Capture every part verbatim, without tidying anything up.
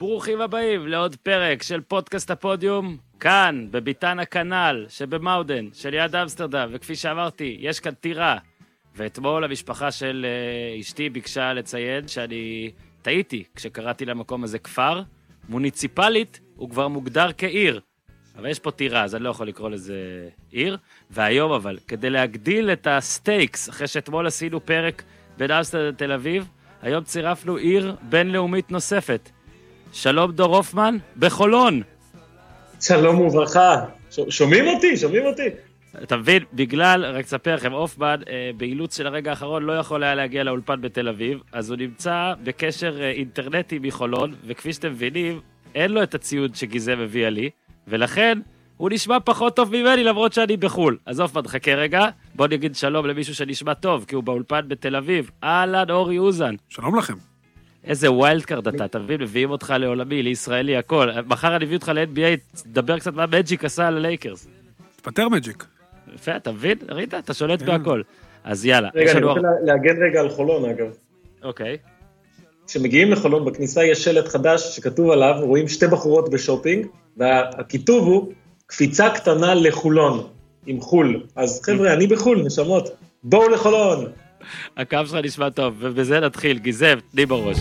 ברוכים הבאים לעוד פרק של פודקאסט הפודיום, כאן, בביתן הקנל, שבמאודן, שליד אמסטרדם, וכפי שאמרתי, יש כאן טירה. ואתמול המשפחה של uh, אשתי ביקשה לציין שאני טעיתי כשקראתי למקום הזה כפר, מוניציפלית הוא כבר מוגדר כעיר. אבל יש פה טירה, אז אני לא יכול לקרוא לזה עיר. והיום אבל, כדי להגדיל את הסטייקס, אחרי שאתמול עשינו פרק בין אמסטרדם תל אביב, היום צירפנו עיר בינלאומית נוספת. שלום דור הופמן, בחולון. שלום וברכה. שומעים אותי? שומעים אותי? אתה מבין, בגלל, רק תספר לכם, הופמן באילוץ של הרגע האחרון לא יכול היה להגיע לאולפן בתל אביב, אז הוא נמצא בקשר אינטרנטי מחולון, וכפי שאתם מבינים, אין לו את הציוד שגיזם הביאה לי, ולכן הוא נשמע פחות טוב ממני למרות שאני בחול. אז הופמן, חכה רגע, בוא נגיד שלום למישהו שנשמע טוב, כי הוא באולפן בתל אביב. אהלן, אורי אוזן. שלום לכם. איזה ווילד קארד אתה, אתה מבין, מביאים אותך לעולמי, לישראלי, הכל. מחר אני מביא אותך ל-אן בי איי, תדבר קצת מה מג'יק עשה על הלייקרס. תפטר מג'יק. יפה, אתה מבין? ראית? אתה שולט בהכל. אז יאללה. רגע, אני רוצה להגן רגע על חולון, אגב. אוקיי. כשמגיעים לחולון, בכניסה יש שלט חדש שכתוב עליו, רואים שתי בחורות בשופינג, והכיתוב הוא, קפיצה קטנה לחולון, עם חול. אז חבר'ה, אני בחול, נשמות. בואו לחולון. הקו שלך נשמע טוב, ובזה נתחיל, גיזם, תני בראש.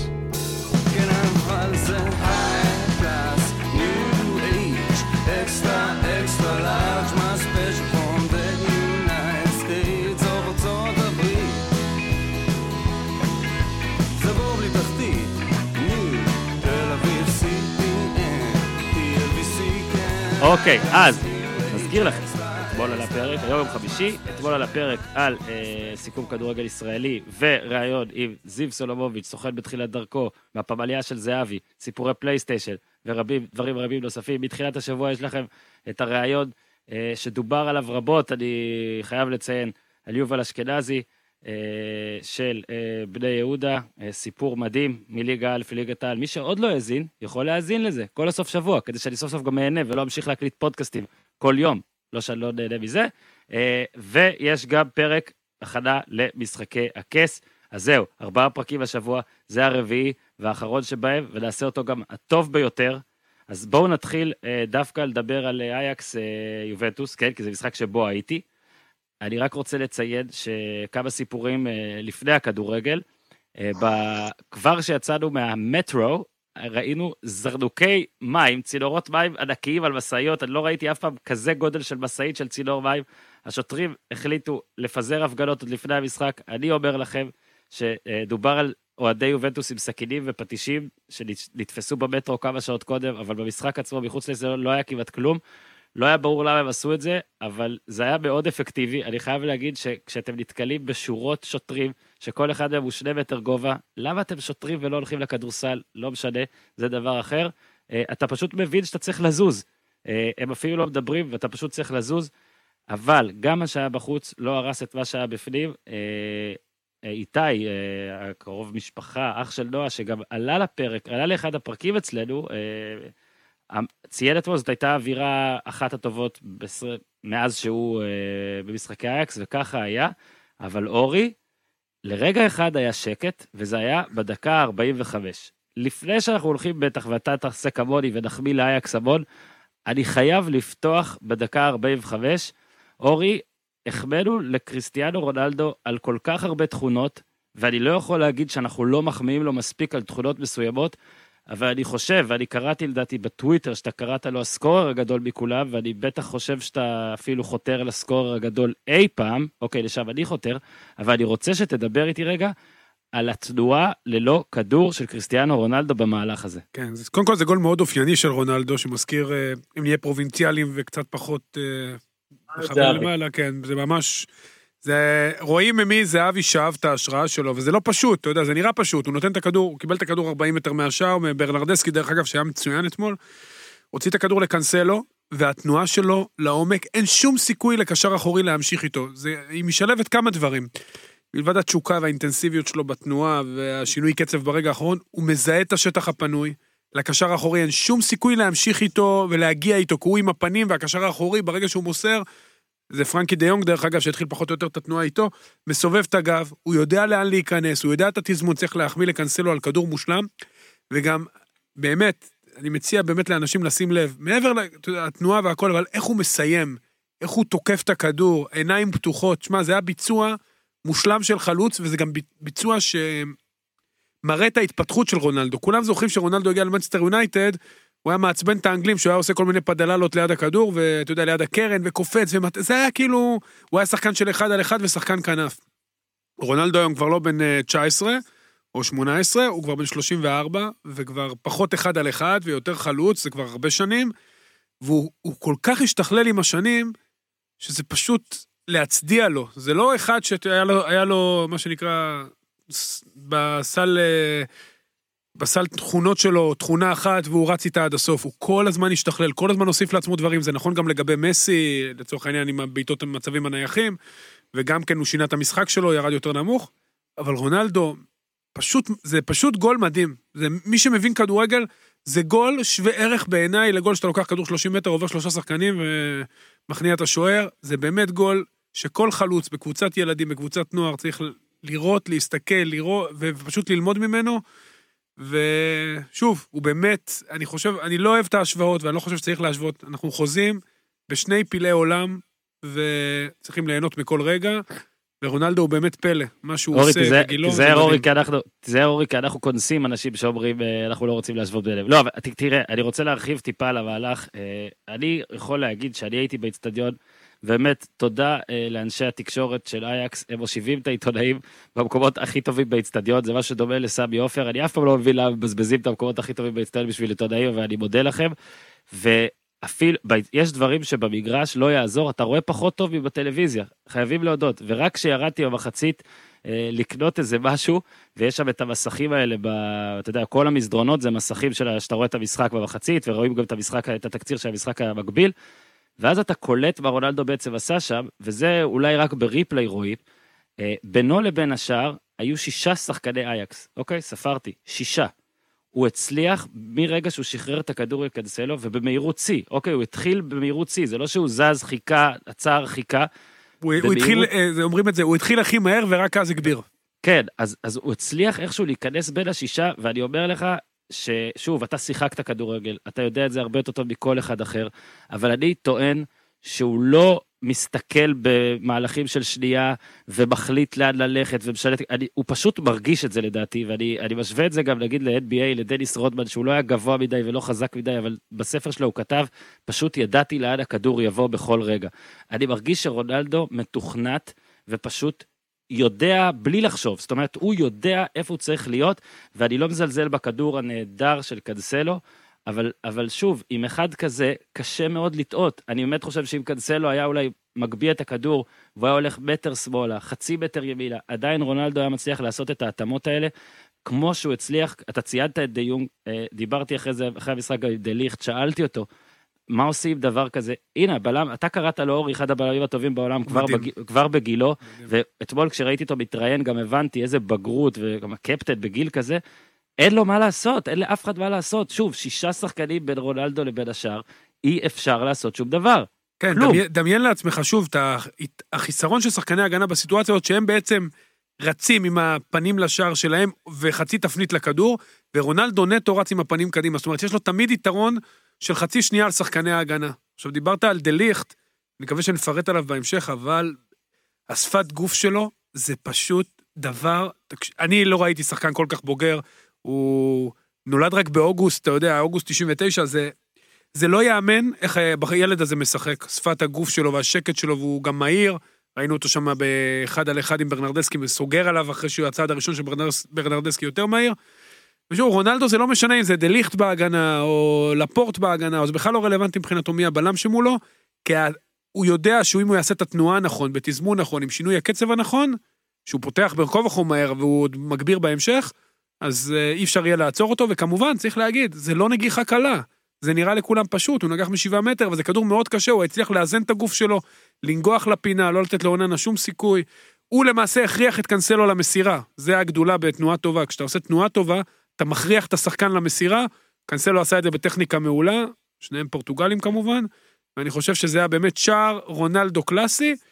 אוקיי, אז נזכיר לכם, אתמול על הפרק, היום יום חמישי, אתמול על הפרק על אה, סיכום כדורגל ישראלי וראיון עם זיו סולומוביץ', סוכן בתחילת דרכו, מהפמליה של זהבי, סיפורי פלייסטיישן ורבים, דברים רבים נוספים. מתחילת השבוע יש לכם את הראיון אה, שדובר עליו רבות, אני חייב לציין, על יובל אשכנזי אה, של אה, בני יהודה, אה, סיפור מדהים מליגה א' ליגת העל. מי שעוד לא האזין, יכול להאזין לזה כל הסוף שבוע, כדי שאני סוף סוף גם מהנה ולא אמשיך להקליט פודקאסטים כל יום. לא שאני לא נהנה מזה, ויש גם פרק הכנה למשחקי הכס, אז זהו, ארבעה פרקים השבוע, זה הרביעי והאחרון שבהם, ונעשה אותו גם הטוב ביותר, אז בואו נתחיל דווקא לדבר על אייקס יובנטוס, כן, כי זה משחק שבו הייתי, אני רק רוצה לציין שכמה סיפורים לפני הכדורגל, כבר שיצאנו מהמטרו, ראינו זרנוקי מים, צינורות מים ענקיים על מסעיות, אני לא ראיתי אף פעם כזה גודל של מסעית של צינור מים, השוטרים החליטו לפזר הפגנות עוד לפני המשחק, אני אומר לכם שדובר על אוהדי יובנטוס עם סכינים ופטישים, שנתפסו במטרו כמה שעות קודם, אבל במשחק עצמו מחוץ לזה לא היה כמעט כלום, לא היה ברור למה הם עשו את זה, אבל זה היה מאוד אפקטיבי, אני חייב להגיד שכשאתם נתקלים בשורות שוטרים, שכל אחד מהם הוא שני מטר גובה, למה אתם שוטרים ולא הולכים לכדורסל? לא משנה, זה דבר אחר. אתה פשוט מבין שאתה צריך לזוז. הם אפילו לא מדברים ואתה פשוט צריך לזוז, אבל גם מה שהיה בחוץ לא הרס את מה שהיה בפנים. איתי, הקרוב משפחה, אח של נועה, שגם עלה לפרק, עלה לאחד הפרקים אצלנו, ציין אתמול, זאת הייתה אווירה אחת הטובות מאז שהוא במשחקי אייקס, וככה היה, אבל אורי, לרגע אחד היה שקט, וזה היה בדקה ארבעים וחמש. לפני שאנחנו הולכים בטח, ואתה תעשה כמוני ונחמיא לאייקס המון, אני חייב לפתוח בדקה ארבעים וחמש. אורי, החמאנו לקריסטיאנו רונלדו על כל כך הרבה תכונות, ואני לא יכול להגיד שאנחנו לא מחמיאים לו מספיק על תכונות מסוימות, אבל אני חושב, ואני קראתי לדעתי בטוויטר, שאתה קראת לו הסקורר הגדול מכולם, ואני בטח חושב שאתה אפילו חותר לסקורר הגדול אי פעם, אוקיי, לשם אני חותר, אבל אני רוצה שתדבר איתי רגע, על התנועה ללא כדור של קריסטיאנו רונלדו במהלך הזה. כן, זה, קודם כל זה גול מאוד אופייני של רונלדו, שמזכיר, אם נהיה פרובינציאליים וקצת פחות חבר למעלה, כן, זה ממש... זה, רואים ממי זהבי שאהב את ההשראה שלו, וזה לא פשוט, אתה יודע, זה נראה פשוט, הוא נותן את הכדור, הוא קיבל את הכדור ארבעים מטר מהשאר, מברנרדסקי, דרך אגב, שהיה מצוין אתמול, הוציא את הכדור לקנסלו, והתנועה שלו לעומק, אין שום סיכוי לקשר אחורי להמשיך איתו, זה, היא משלבת כמה דברים, מלבד התשוקה והאינטנסיביות שלו בתנועה, והשינוי קצב ברגע האחרון, הוא מזהה את השטח הפנוי, לקשר האחורי אין שום סיכוי להמשיך איתו, ולהגיע איתו, כי הוא עם הפנים, והקשר האחורי, ברגע שהוא מוסר, זה פרנקי דיונג, דרך אגב, שהתחיל פחות או יותר את התנועה איתו, מסובב את הגב, הוא יודע לאן להיכנס, הוא יודע את התזמון, צריך להחמיא לקנסלו על כדור מושלם, וגם באמת, אני מציע באמת לאנשים לשים לב, מעבר לתנועה והכל, אבל איך הוא מסיים, איך הוא תוקף את הכדור, עיניים פתוחות, שמה, זה היה ביצוע מושלם של חלוץ, וזה גם ביצוע שמראה את ההתפתחות של רונלדו. כולם זוכרים שרונלדו הגיע למנצ'סטר יונייטד, הוא היה מעצבן את האנגלים, שהוא היה עושה כל מיני פדללות ליד הכדור, ואתה יודע, ליד הקרן, וקופץ, וזה היה כאילו, הוא היה שחקן של אחד על אחד, ושחקן כנף. רונלדו היום כבר לא בן תשע עשרה, או שמונה עשרה, הוא כבר בן שלושים וארבע, וכבר פחות אחד על אחד, ויותר חלוץ, זה כבר הרבה שנים, והוא כל כך השתכלל עם השנים, שזה פשוט להצדיע לו. זה לא אחד שהיה לו, היה לו מה שנקרא, בסל, בסל תכונות שלו, תכונה אחת, והוא רץ איתה עד הסוף. הוא כל הזמן השתכלל, כל הזמן הוסיף לעצמו דברים. זה נכון גם לגבי מסי, לצורך העניין עם הבעיטות המצבים הנייחים, וגם כן הוא שינה את המשחק שלו, ירד יותר נמוך, אבל רונלדו, פשוט, זה פשוט גול מדהים. זה, מי שמבין כדורגל, זה גול שווה ערך בעיניי לגול שאתה לוקח כדור שלושים מטר, עובר שלושה שחקנים ומכניע את השוער. זה באמת גול שכל חלוץ בקבוצת ילדים, בקבוצת נוער, צריך לראות, להסתכל, לראות, ופשוט ללמוד ממנו. ושוב, הוא באמת, אני חושב, אני לא אוהב את ההשוואות, ואני לא חושב שצריך להשוות. אנחנו חוזים בשני פילי עולם, וצריכים ליהנות מכל רגע. ורונלדו הוא באמת פלא, מה שהוא עושה בגילו. תיזהר אורי, כי אנחנו קונסים אנשים שאומרים, אנחנו לא רוצים להשוות בלב. לא, אבל תראה, אני רוצה להרחיב טיפה על המהלך. אני יכול להגיד שאני הייתי באצטדיון, באמת תודה לאנשי התקשורת של אייקס, הם מושיבים את העיתונאים במקומות הכי טובים באצטדיון, זה משהו דומה לסמי עופר, אני אף פעם לא מבין למה מבזבזים את המקומות הכי טובים באצטדיון בשביל עיתונאים, ואני מודה לכם, ו... אפילו, יש דברים שבמגרש לא יעזור, אתה רואה פחות טוב מבטלוויזיה, חייבים להודות, ורק כשירדתי במחצית אה, לקנות איזה משהו, ויש שם את המסכים האלה, ב, אתה יודע, כל המסדרונות זה מסכים של, שאתה רואה את המשחק במחצית, ורואים גם את המשחק, את התקציר של המשחק המקביל, ואז אתה קולט מה רונלדו בעצם עשה שם, וזה אולי רק בריפלי רואים, אה, בינו לבין השאר, היו שישה שחקני אייקס, אוקיי? ספרתי, שישה. הוא הצליח מרגע שהוא שחרר את הכדור לקנסלו, ובמהירות צי, אוקיי, הוא התחיל במהירות צי, זה לא שהוא זז, חיכה, עצר, חיכה. הוא, הוא התחיל, אומרים את זה, הוא התחיל הכי מהר ורק אז הגביר. כן, אז, אז הוא הצליח איכשהו להיכנס בין השישה, ואני אומר לך ששוב, אתה שיחקת כדורגל, אתה יודע את זה הרבה יותר טוב מכל אחד אחר, אבל אני טוען שהוא לא מסתכל במהלכים של שנייה, ומחליט לאן ללכת, ומשלט, אני, הוא פשוט מרגיש את זה לדעתי, ואני אני משווה את זה גם נגיד ל-אן בי איי, לדניס רודמן, שהוא לא היה גבוה מדי ולא חזק מדי, אבל בספר שלו הוא כתב, פשוט ידעתי לאן הכדור יבוא בכל רגע. אני מרגיש שרונלדו מתוכנת, ופשוט יודע בלי לחשוב, זאת אומרת, הוא יודע איפה הוא צריך להיות, ואני לא מזלזל בכדור הנהדר של קנסלו, אבל, אבל שוב, עם אחד כזה, קשה מאוד לטעות. אני באמת חושב שאם קנסלו היה אולי מגביה את הכדור, והוא היה הולך מטר שמאלה, חצי מטר ימינה, עדיין רונלדו היה מצליח לעשות את ההתאמות האלה, כמו שהוא הצליח, אתה ציינת את די יונג, דיברתי אחרי זה, אחרי המשחק די ליכט, שאלתי אותו, מה עושים דבר כזה? הנה, בלם, אתה קראת לו אורי, אחד הבלמים הטובים בעולם, כבר, בג, כבר בגילו, מדהים. ואתמול כשראיתי אותו מתראיין, גם הבנתי איזה בגרות, וגם הקפטן בגיל כזה, אין לו מה לעשות, אין לאף אחד מה לעשות. שוב, שישה שחקנים בין רונלדו לבין השאר, אי אפשר לעשות שום דבר. כן, דמיין, דמיין לעצמך שוב, את החיסרון של שחקני הגנה בסיטואציות, שהם בעצם רצים עם הפנים לשער שלהם, וחצי תפנית לכדור, ורונלדו נטו רץ עם הפנים קדימה. זאת אומרת, יש לו תמיד יתרון של חצי שנייה על שחקני ההגנה. עכשיו, דיברת על דה ליכט, אני מקווה שנפרט עליו בהמשך, אבל השפת גוף שלו, זה פשוט דבר, אני לא ראיתי שחקן כל כך בוגר, הוא נולד רק באוגוסט, אתה יודע, אוגוסט תשעים ותשע, זה, זה לא יאמן איך הילד הזה משחק, שפת הגוף שלו והשקט שלו, והוא גם מהיר, ראינו אותו שם באחד על אחד עם ברנרדסקי, וסוגר עליו אחרי שהוא הצעד הראשון של ברנרדסקי יותר מהיר, ושוב, רונלדו זה לא משנה אם זה דה ליכט בהגנה, או לפורט בהגנה, אז בכלל לא רלוונטי מבחינתו מי הבלם שמולו, כי הוא יודע שאם הוא יעשה את התנועה הנכון, בתזמון נכון, עם שינוי הקצב הנכון, שהוא פותח ברקוב החום מהר, והוא מגביר בהמשך, אז אי אפשר יהיה לעצור אותו, וכמובן, צריך להגיד, זה לא נגיחה קלה, זה נראה לכולם פשוט, הוא נגח משבעה מטר, וזה כדור מאוד קשה, הוא הצליח לאזן את הגוף שלו, לנגוח לפינה, לא לתת לאוננה שום סיכוי, הוא למעשה הכריח את קנסלו למסירה, זה הגדולה בתנועה טובה, כשאתה עושה תנועה טובה, אתה מכריח את השחקן למסירה, קנסלו עשה את זה בטכניקה מעולה, שניהם פורטוגלים כמובן, ואני חושב שזה היה באמת שער רונלדו קלאסי,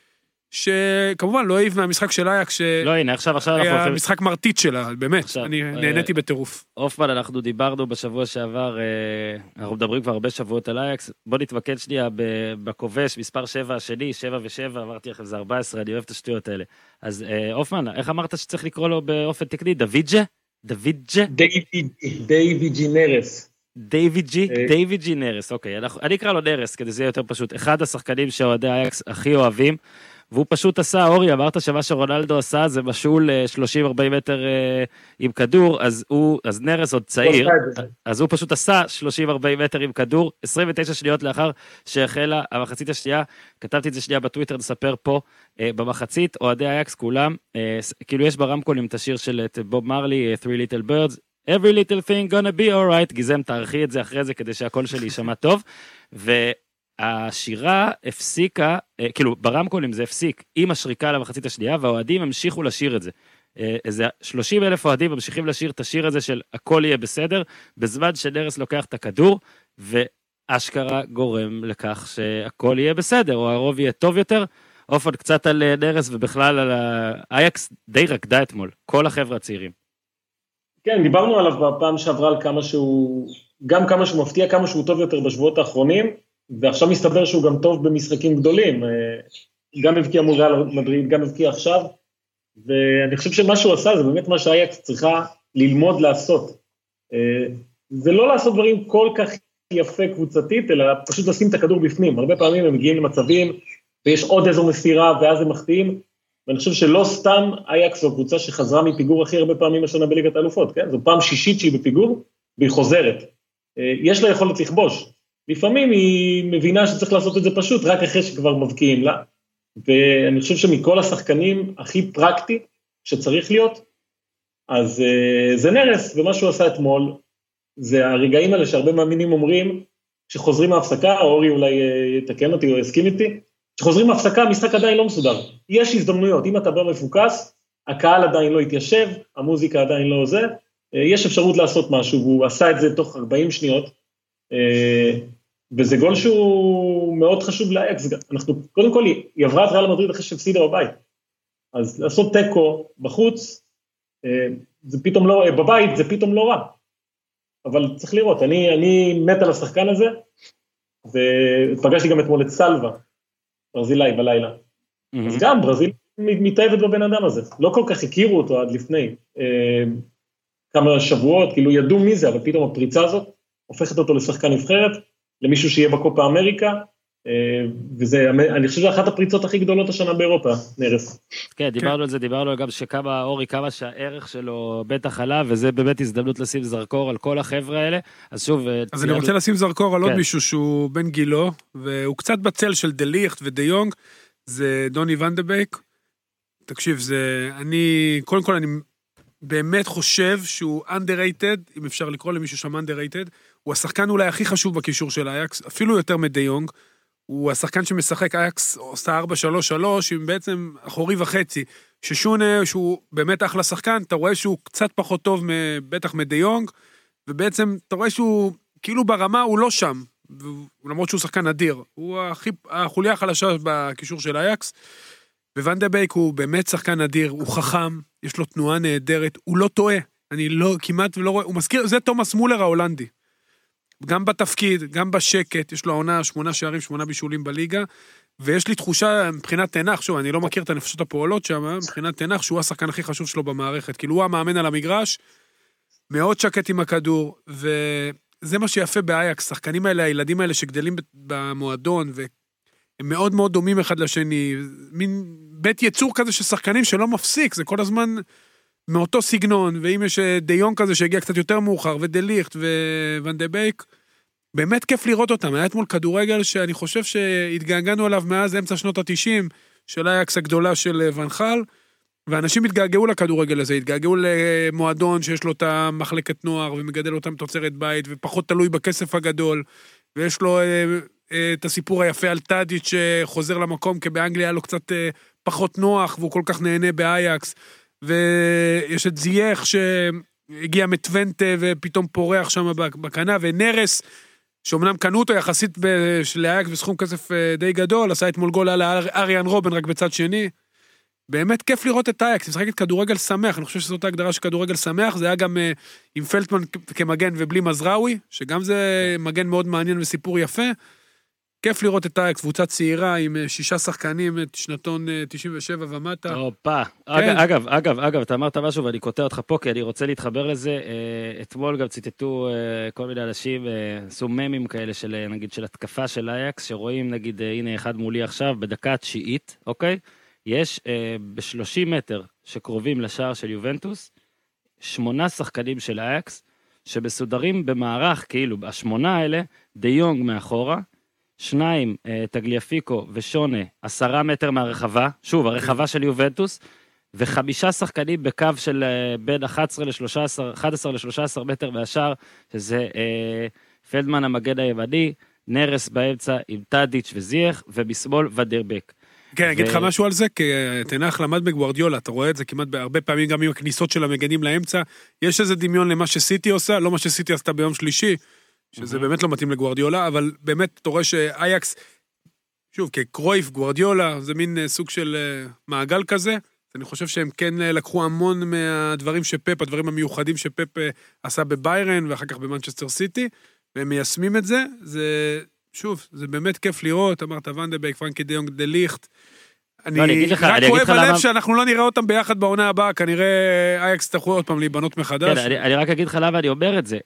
שכמובן לא העיב מהמשחק של אייקס, לא, הנה, עכשיו, עכשיו אנחנו היה הולכים... משחק מרטיט שלה, באמת, עכשיו, אני אה, נהניתי בטירוף. אופמן, אנחנו דיברנו בשבוע שעבר, אה, אנחנו מדברים כבר הרבה שבועות על אייקס, בוא נתמקד שנייה ב- בכובש, מספר שבע השני, שבע ושבע, אמרתי לכם, זה ארבע עשרה, אני אוהב את השטויות האלה. אז אה, אופמן, איך אמרת שצריך לקרוא לו באופן תקני? דוידג'ה? דוידג'ה? דיוויד ג'י נרס. דיוויד ג'י? דיוויד ג'י נרס, אוקיי, אנחנו- אני אקרא לו נרס, כדי שזה יהיה יותר פשוט. אחד השחקנים שאוהדי אייקס הכי אוהבים, והוא פשוט עשה, אורי, אמרת שמה שרונלדו עשה, זה משול שלושים ארבעים מטר אה, עם כדור, אז הוא, אז נרס עוד צעיר, אז הוא פשוט עשה שלושים ארבעים מטר עם כדור, עשרים ותשע שניות לאחר שהחלה המחצית השנייה, כתבתי את זה שנייה בטוויטר, נספר פה, אה, במחצית, אוהדי אייקס כולם, אה, כאילו יש ברמקולים את השיר של בוב מרלי, Three Little Birds, Every little thing gonna be alright, גיזם, תערכי את זה אחרי זה, כדי שהקול שלי יישמע טוב, ו... השירה הפסיקה, כאילו ברמקולים זה הפסיק עם השריקה למחצית השנייה, והאוהדים המשיכו לשיר את זה. איזה שלושים אלף אוהדים ממשיכים לשיר את השיר הזה של הכל יהיה בסדר, בזמן שנרס לוקח את הכדור, ואשכרה גורם לכך שהכל יהיה בסדר, או הרוב יהיה טוב יותר. אופן קצת על נרס ובכלל על אייקס די רקדה אתמול, כל החבר'ה הצעירים. כן, דיברנו עליו בפעם שעברה על כמה שהוא, גם כמה שהוא מפתיע, כמה שהוא טוב יותר בשבועות האחרונים, ועכשיו מסתבר שהוא גם טוב במשחקים גדולים, גם הבקיע מול ריאל מדריד, גם הבקיע עכשיו, ואני חושב שמה שהוא עשה זה באמת מה שאייקס צריכה ללמוד לעשות. זה לא לעשות דברים כל כך יפה קבוצתית, אלא פשוט לשים את הכדור בפנים. הרבה פעמים הם מגיעים למצבים, ויש עוד איזו מסירה, ואז הם מחטיאים, ואני חושב שלא סתם אייקס זו קבוצה שחזרה מפיגור הכי הרבה פעמים השנה בליגת האלופות, כן? זו פעם שישית שהיא בפיגור, והיא חוזרת. יש לה יכולת לכבוש. לפעמים היא מבינה שצריך לעשות את זה פשוט, רק אחרי שכבר מבקיעים לה, ואני חושב שמכל השחקנים הכי פרקטי שצריך להיות, אז uh, זה נרס, ומה שהוא עשה אתמול, זה הרגעים האלה שהרבה מאמינים אומרים, שחוזרים מההפסקה, אורי אולי יתקן אותי או יסכים איתי, שחוזרים מההפסקה, המשחק עדיין לא מסודר, יש הזדמנויות, אם אתה בא מפוקס, הקהל עדיין לא יתיישב, המוזיקה עדיין לא זה, יש אפשרות לעשות משהו, והוא עשה את זה תוך ארבעים שניות, uh, וזה גול שהוא מאוד חשוב לאייקס, אנחנו, קודם כל, היא עברה את ריאל מדריד אחרי שהפסידה בבית, אז לעשות טקו בחוץ, זה פתאום לא, בבית זה פתאום לא רע, אבל צריך לראות, אני, אני מת על השחקן הזה, ופגשתי גם אתמול את סלווה, ברזילאי בלילה, mm-hmm. אז גם ברזיל מתאהבת בבן אדם הזה, לא כל כך הכירו אותו עד לפני, כמה שבועות, כאילו ידעו מי זה, אבל פתאום הפריצה הזאת, הופכת אותו לשחקן נבחרת, למישהו שיהיה בקופה אמריקה, וזה, אני חושב שאחת הפריצות הכי גדולות השנה באירופה, נרס. כן, דיברנו על זה, דיברנו גם שכמה, אורי, כמה שהערך שלו בטח עלה, וזה באמת הזדמנות לשים זרקור על כל החבר'ה האלה, אז שוב... אז אני רוצה לשים זרקור על עוד מישהו שהוא בן גילו, והוא קצת בצל של דליכט ודי יונג, זה דוני ון דה בייק. תקשיב, זה, אני, קודם כל אני באמת חושב שהוא underrated, אם אפשר לקרוא למישהו שם underrated, הוא השחקן אולי הכי חשוב בקישור של אייקס, אפילו יותר מדי יונג, הוא השחקן שמשחק אייקס, עושה ארבע שלוש שלוש, עם בעצם אחורי וחצי, ששונה, שהוא באמת אחלה שחקן, אתה רואה שהוא קצת פחות טוב, בטח מדי יונג, ובעצם אתה רואה שהוא, כאילו ברמה הוא לא שם, למרות שהוא שחקן אדיר, הוא הכי, החוליה החלשה בקישור של אייקס, וואן דה בייק הוא באמת שחקן אדיר, הוא חכם, יש לו תנועה נהדרת, הוא לא טועה, אני לא, כמעט ולא רואה, הוא מזכיר, זה תומאס מולר ההולנדי, גם בתפקיד, גם בשקט, יש לו העונה שמונה שערים, שמונה בישולים בליגה, ויש לי תחושה מבחינת תנח, שוב, אני לא מכיר את הנפשות הפועלות שם, מבחינת תנח, שהוא השחקן הכי חשוב שלו במערכת, כאילו הוא המאמן על המגרש, מאוד שקט עם הכדור, וזה מה שיפה באייקס, שחקנים האלה, הילדים האלה שגדלים במועדון, והם מאוד מאוד דומים אחד לשני, מין בית יצור כזה של שחקנים שלא מפסיק, זה כל הזמן מאותו סגנון, ואם יש דיון כזה שהגיע קצת יותר מאוחר, ודליכט וואן דה בייק, באמת כיף לראות אותם, היה אתמול כדורגל שאני חושב שהתגעגענו עליו מאז אמצע שנות ה-תשעים, של אייקס הגדולה של ונחל, ואנשים התגעגעו לכדורגל הזה, התגעגעו למועדון שיש לו את המחלקת נוער, ומגדל אותם תוצרת בית, ופחות תלוי בכסף הגדול, ויש לו את הסיפור היפה על טאדיץ' שחוזר למקום, כי באנגליה היה לו קצת פחות נוח, והוא כל כך נהנה באייקס, ויש את זייך שהגיע מטוונטה, ופתאום פורח שם בקנה, ונרס, שאומנם קנו אותו יחסית לאייקס בסכום כסף די גדול, עשה אתמול גול על אריאן רובן רק בצד שני, באמת כיף לראות את אייקס, משחקת כדורגל שמח, אני חושב שזאת ההגדרה של כדורגל שמח, זה היה גם עם פלטמן כמגן ובלי מזראוי, שגם זה מגן מאוד מעניין וסיפור יפה, כיף לראות את אייקס, קבוצה צעירה עם שישה שחקנים, את שנתון תשעים ושבע ומטה. אופה, אגב, אגב, אגב, אתה אמרת משהו ואני קוטע אותך פה, כי אני רוצה להתחבר לזה, אתמול גם ציטטו כל מיני אנשים, עשו ממים כאלה של, נגיד, של התקפה של אייקס, שרואים, נגיד, הנה אחד מולי עכשיו, בדקה התשיעית, אוקיי? יש ב-שלושים מטר שקרובים לשער של יובנטוס, שמונה שחקנים של אייקס, שבסודרים במערך, כאילו, השמונה האלה, די יונג מאחורה, שניים, תגליאפיקו ושונה, עשרה מטר מהרחבה, שוב, הרחבה של יובנטוס, וחמישה שחקנים בקו של בין אחת עשרה ל-שלוש עשרה, אחת עשרה ל-שלוש עשרה מטר מהשאר, שזה אה, פלדמן המגן הימני, נרס באמצע עם טאדיץ' וזייך, ובשמאל ודרבק. כן, אני אגיד לך משהו על זה, כי תנח למד בגוארדיולה, אתה רואה את זה כמעט בהרבה פעמים, גם עם הכניסות של המגנים לאמצע, יש איזה דמיון למה שסיטי עושה, לא מה שסיטי עשתה ביום שלישי, שזה באמת לא מתאים לגוארדיולה, אבל באמת אתה רואה שאייקס, שוב, כקרויף, גוארדיולה, זה מין סוג של מעגל כזה, אני חושב שהם כן לקחו המון מהדברים שפפ, הדברים המיוחדים שפפ עשה בביירן, ואחר כך במנצ'סטר סיטי, והם מיישמים את זה, זה, שוב, זה באמת כיף לראות, אמרת ונדבייק, פרנקי דה יונג, דה ליכט, אני רק רואה בלב שאנחנו לא נראה אותם ביחד בעונה הבאה, כנראה אייקס תחו עוד פעם להיבנות מחדש. אני רק אגיד לך למה אני אומר את זה,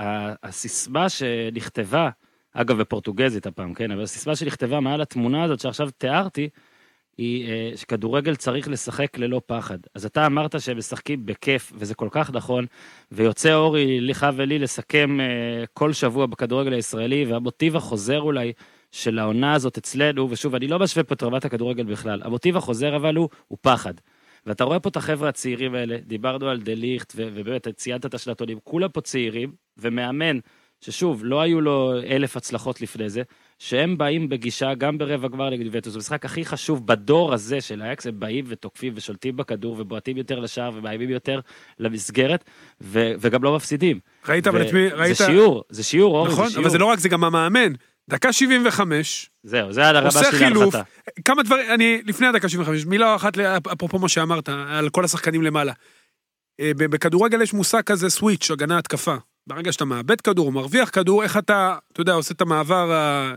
הסיסמה שנכתבה, אגב בפורטוגזית הפעם, כן, אבל הסיסמה שנכתבה מעל התמונה הזאת שעכשיו תיארתי, היא שכדורגל צריך לשחק ללא פחד. אז אתה אמרת שהם משחקים בכיף, וזה כל כך נכון, ויוצא אורי, לך ולי, לסכם כל שבוע בכדורגל הישראלי, והמוטיב החוזר אולי, של העונה הזאת אצלנו, ושוב, אני לא משווה פה את רמת הכדורגל בכלל, המוטיב החוזר אבל הוא, הוא פחד. ואתה רואה פה את החבר'ה הצעירים האלה, דיברנו על דה ליכט, ובאמת ציינת את השנתונים, כולם פה צעירים, ומאמן, ששוב, לא היו לו אלף הצלחות לפני זה, שהם באים בגישה גם ברבע גמר נגד יובנטוס, זה המשחק הכי חשוב בדור הזה של אייקס, הם באים ותוקפים ושולטים בכדור, ובועטים יותר לשער, ומאיימים יותר למסגרת, ו- וגם לא מפסידים. ראית, ו- אבל את מי, ראית... זה שיעור, זה שיעור, אורי, נכון, זה שיעור. אבל זה לא רק, זה גם המאמן. דקה שבעים וחמש. זהו, זה על הרבה שלי להנחתה. כמה דברים, אני, לפני הדקה שבעים וחמש, מילה אחת, אפרופו מה שאמרת, על כל השחקנים למעלה. בכדורגל יש מושג כזה סוויץ', הגנה התקפה. ברגע שאתה מאבד כדור, מרוויח כדור, איך אתה, אתה יודע, עושה את המעבר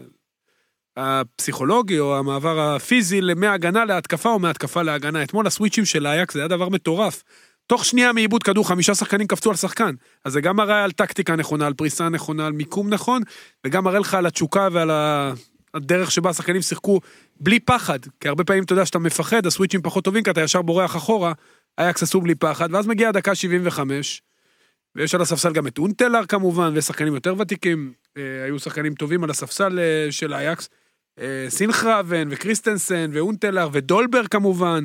הפסיכולוגי, או המעבר הפיזי, מהגנה להתקפה, או מהתקפה להגנה. אתמול הסוויצ'ים של אייקס, זה היה דבר מטורף. תוך שנייה מאיבוד כדור, חמישה שחקנים קפצו על שחקן. אז זה גם מראה על טקטיקה נכונה, על פריסה נכונה, על מיקום נכון, וגם מראה לך על התשוקה ועל הדרך שבה השחקנים שיחקו בלי פחד. כי הרבה פעמים אתה יודע שאתה מפחד, הסוויצ'ים פחות טובים, כי אתה ישר בורח אחורה, אייקס עשו בלי פחד, ואז מגיע הדקה שבעים וחמש, ויש על הספסל גם את אונטלר כמובן, ושחקנים יותר ותיקים, היו שחקנים טובים על הספסל של אייקס, סינכרבן וקריסטנסן ואונטלר ודולבר כמובן,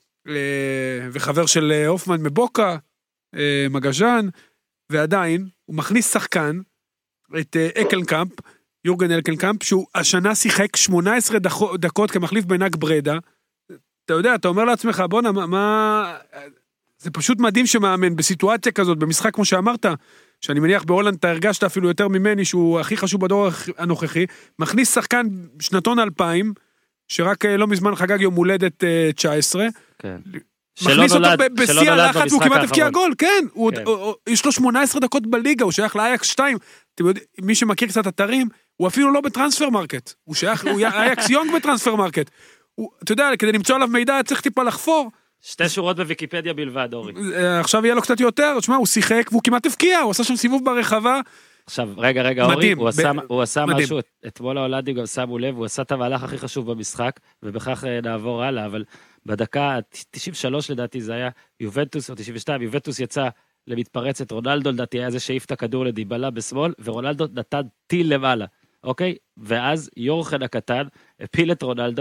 וחבר של אופמן מבוקה, מגז'ן, ועדיין הוא מכניס שחקן, את אקלנקאמפ, יורגן אקלנקאמפ, שהוא השנה שיחק שמונה עשרה דקות כמחליף בנק ברדה, אתה יודע, אתה אומר לעצמך, בוא, מה... זה פשוט מדהים שמאמן בסיטואציה כזאת, במשחק כמו שאמרת, שאני מניח בהולנד אתה הרגשת אפילו יותר ממני, שהוא הכי חשוב בדור הנוכחי, מכניס שחקן שנתון אלפיים, שרק לא מזמן חגג יום הולדת תשע עשרה, כן. מכניס אותו בשיא הלחץ, והוא כמעט הפקיע גול, כן, יש לו שמונה עשרה דקות בליגה, הוא שייך לאייקס שתיים, מי שמכיר קצת אתרים, הוא אפילו לא בטרנספר מרקט, הוא שייך, הוא אייקס יונג בטרנספר מרקט, אתה יודע, כדי למצוא עליו מידע, צריך טיפה לחפור, שתי שורות בוויקיפדיה בלבד, אורי. עכשיו יהיה לו קצת יותר, תשמע, הוא שיחק, והוא כמעט הפקיע, הוא עשה שם סיבוב ברחבה. עכשיו, רגע, רגע, אורי, הוא עשה משהו, אתמול ההולנדים גם שמו לב, הוא עשה את המהלך הכי חשוב במשחק, ובכך נעבור הלאה, אבל בדקה תשעים ושלוש לדעתי זה היה יובנטוס, או תשעים ושתיים, יובנטוס יצא למתפרצת, רונלדו לדעתי היה זה שהעיף את הכדור לדיבלה בשמאל, ורונלדו נתן טיל למעלה, אוקיי? ואז יורחן הקטן הפיל את רונלדו,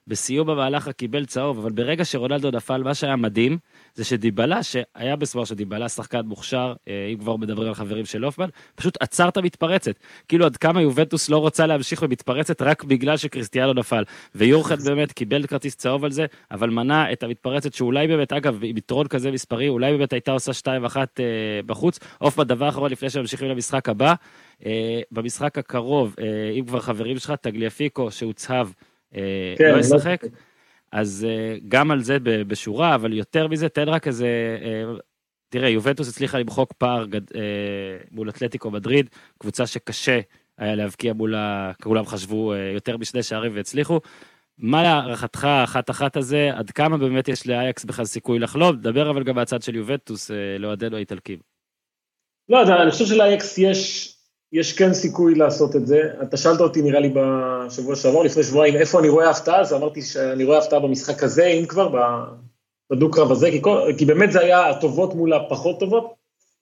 בסיום המהלך קיבל צהוב, אבל ברגע שרונלדו נפל, מה שהיה מדהים, זה שדיבלה, שהיה בסבור שדיבלה שחקן מוכשר, אם כבר מדברים על חברים של הופמן, פשוט עצר את המתפרצת. כאילו עד כמה יובנטוס לא רוצה להמשיך במתפרצת, רק בגלל שקריסטיאנו נפל. ויורחן באמת קיבל כרטיס צהוב על זה, אבל מנע את המתפרצת, שאולי באמת, אגב, עם יתרון כזה מספרי, אולי באמת הייתה עושה שתיים אחת בחוץ. הופמן, דבר אחרון לפני שממשיכים למשחק הבא, במשחק הקרוב, אם כבר חברים שלך, טגליאפיקו שהוצהב, לא ישחק, אז גם על זה בשורה, אבל יותר מזה, תן רק איזה, תראה, יובנטוס הצליחה למחוק פער מול אתלטיקו מדריד, קבוצה שקשה היה להבקיע מול, כולם חשבו יותר משני שערים והצליחו, מה להערכתך אחת-אחת הזה, עד כמה באמת יש לאייקס בכלל סיכוי לחלום, דבר אבל גם מהצד של יובנטוס, לאוהדינו האיטלקים. לא, אני חושב שלאייקס יש... יש כן סיכוי לעשות את זה. אתה שאלת אותי נראה לי בשבוע שעבר, לפני שבועיים, איפה אני רואה הפתעה, אז אמרתי שאני רואה הפתעה במשחק הזה, אם כבר, בדו-קרב הזה, כי, כל, כי באמת זה היה הטובות מול הפחות טובות.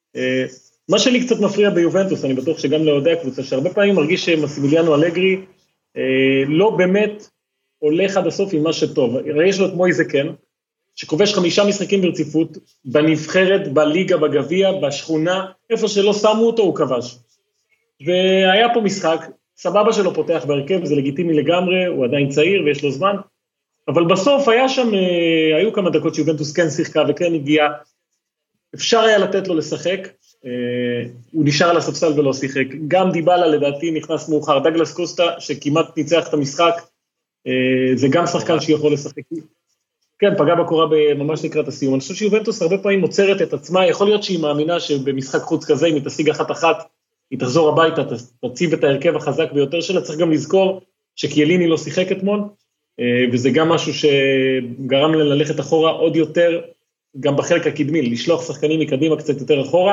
מה שלי קצת מפריע ביובנטוס, אני בטוח שגם לאוהדי הקבוצה, שהרבה פעמים מרגיש שמסימיליאנו אלגרי לא באמת הולך עד הסוף עם מה שטוב. יש לו את מויזה כן, שכובש חמישה משחקים ברציפות, בנבחרת, בליגה, בגביע, בשכונה, איפה שלא שמו אותו הוא כבש. והיה פה משחק, סבבה שלו פותח בהרכב, זה לגיטימי לגמרי, הוא עדיין צעיר ויש לו זמן, אבל בסוף היה שם, היו כמה דקות שיובנטוס כן שיחקה וכן הגיעה, אפשר היה לתת לו לשחק, הוא נשאר על הספסל ולא שיחק, גם דיבלה לדעתי נכנס מאוחר, דגלס קוסטה שכמעט ניצח את המשחק, זה גם שחקן שיכול לשחק, כן, פגע בקורה ממש לקראת הסיום, אני חושב שיובנטוס הרבה פעמים מוצרת את עצמה, יכול להיות שהיא מאמינה שבמשחק חוץ כזה, אם היא תשיג אחת-אחת, היא תחזור הביתה, תציב את ההרכב החזק ביותר שלה, צריך גם לזכור שקיאליני לא שיחק אתמול, וזה גם משהו שגרם לה ללכת אחורה עוד יותר, גם בחלק הקדמי, לשלוח שחקנים מקדימה קצת יותר אחורה,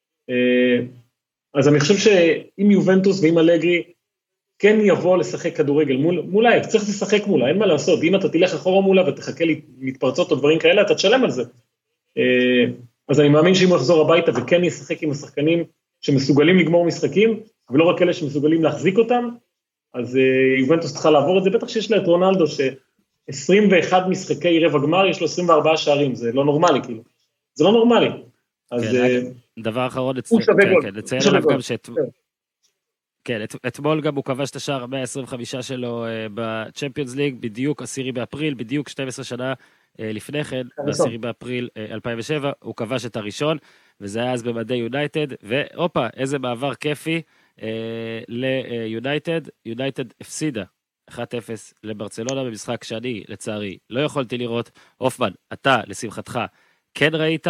אז אני חושב שאם יובנטוס ואם אלגרי, כן יבוא לשחק כדורגל מול, מול אייקס, צריך לשחק מולה, אין מה לעשות, אם אתה תלך אחורה מולה ותחכה להתפרצות או דברים כאלה, אתה תשלם על זה. אז אני מאמין שאם הוא יחזור הביתה וכן ישחק עם השחקנים שמסוגלים לגמור משחקים, ולא רק אלה שמסוגלים להחזיק אותם, אז יובנטוס צריכה לעבור את זה, בטח שיש לה את רונלדו, ש-עשרים ואחד משחקי רבע גמר, יש לו עשרים וארבעה שערים, זה לא נורמלי, כאילו. זה לא נורמלי. דבר אחרון, לציין עליו גם שאת... כן, אתמול גם הוא כבש את השער מאה עשרים וחמש שלו בצ'מפיונס ליג, בדיוק עשירי באפריל, בדיוק שתים עשרה שנה לפני כן, בעשירי באפריל אלפיים ושבע, הוא כבש את הראשון, וזה היה אז במדי יונייטד, ואופה, איזה מעבר כיפי ליונייטד, יונייטד הפסידה אחת אפס לברצלונה במשחק שאני, לצערי, לא יכולתי לראות. הופמן, אתה, לשמחתך, כן ראית,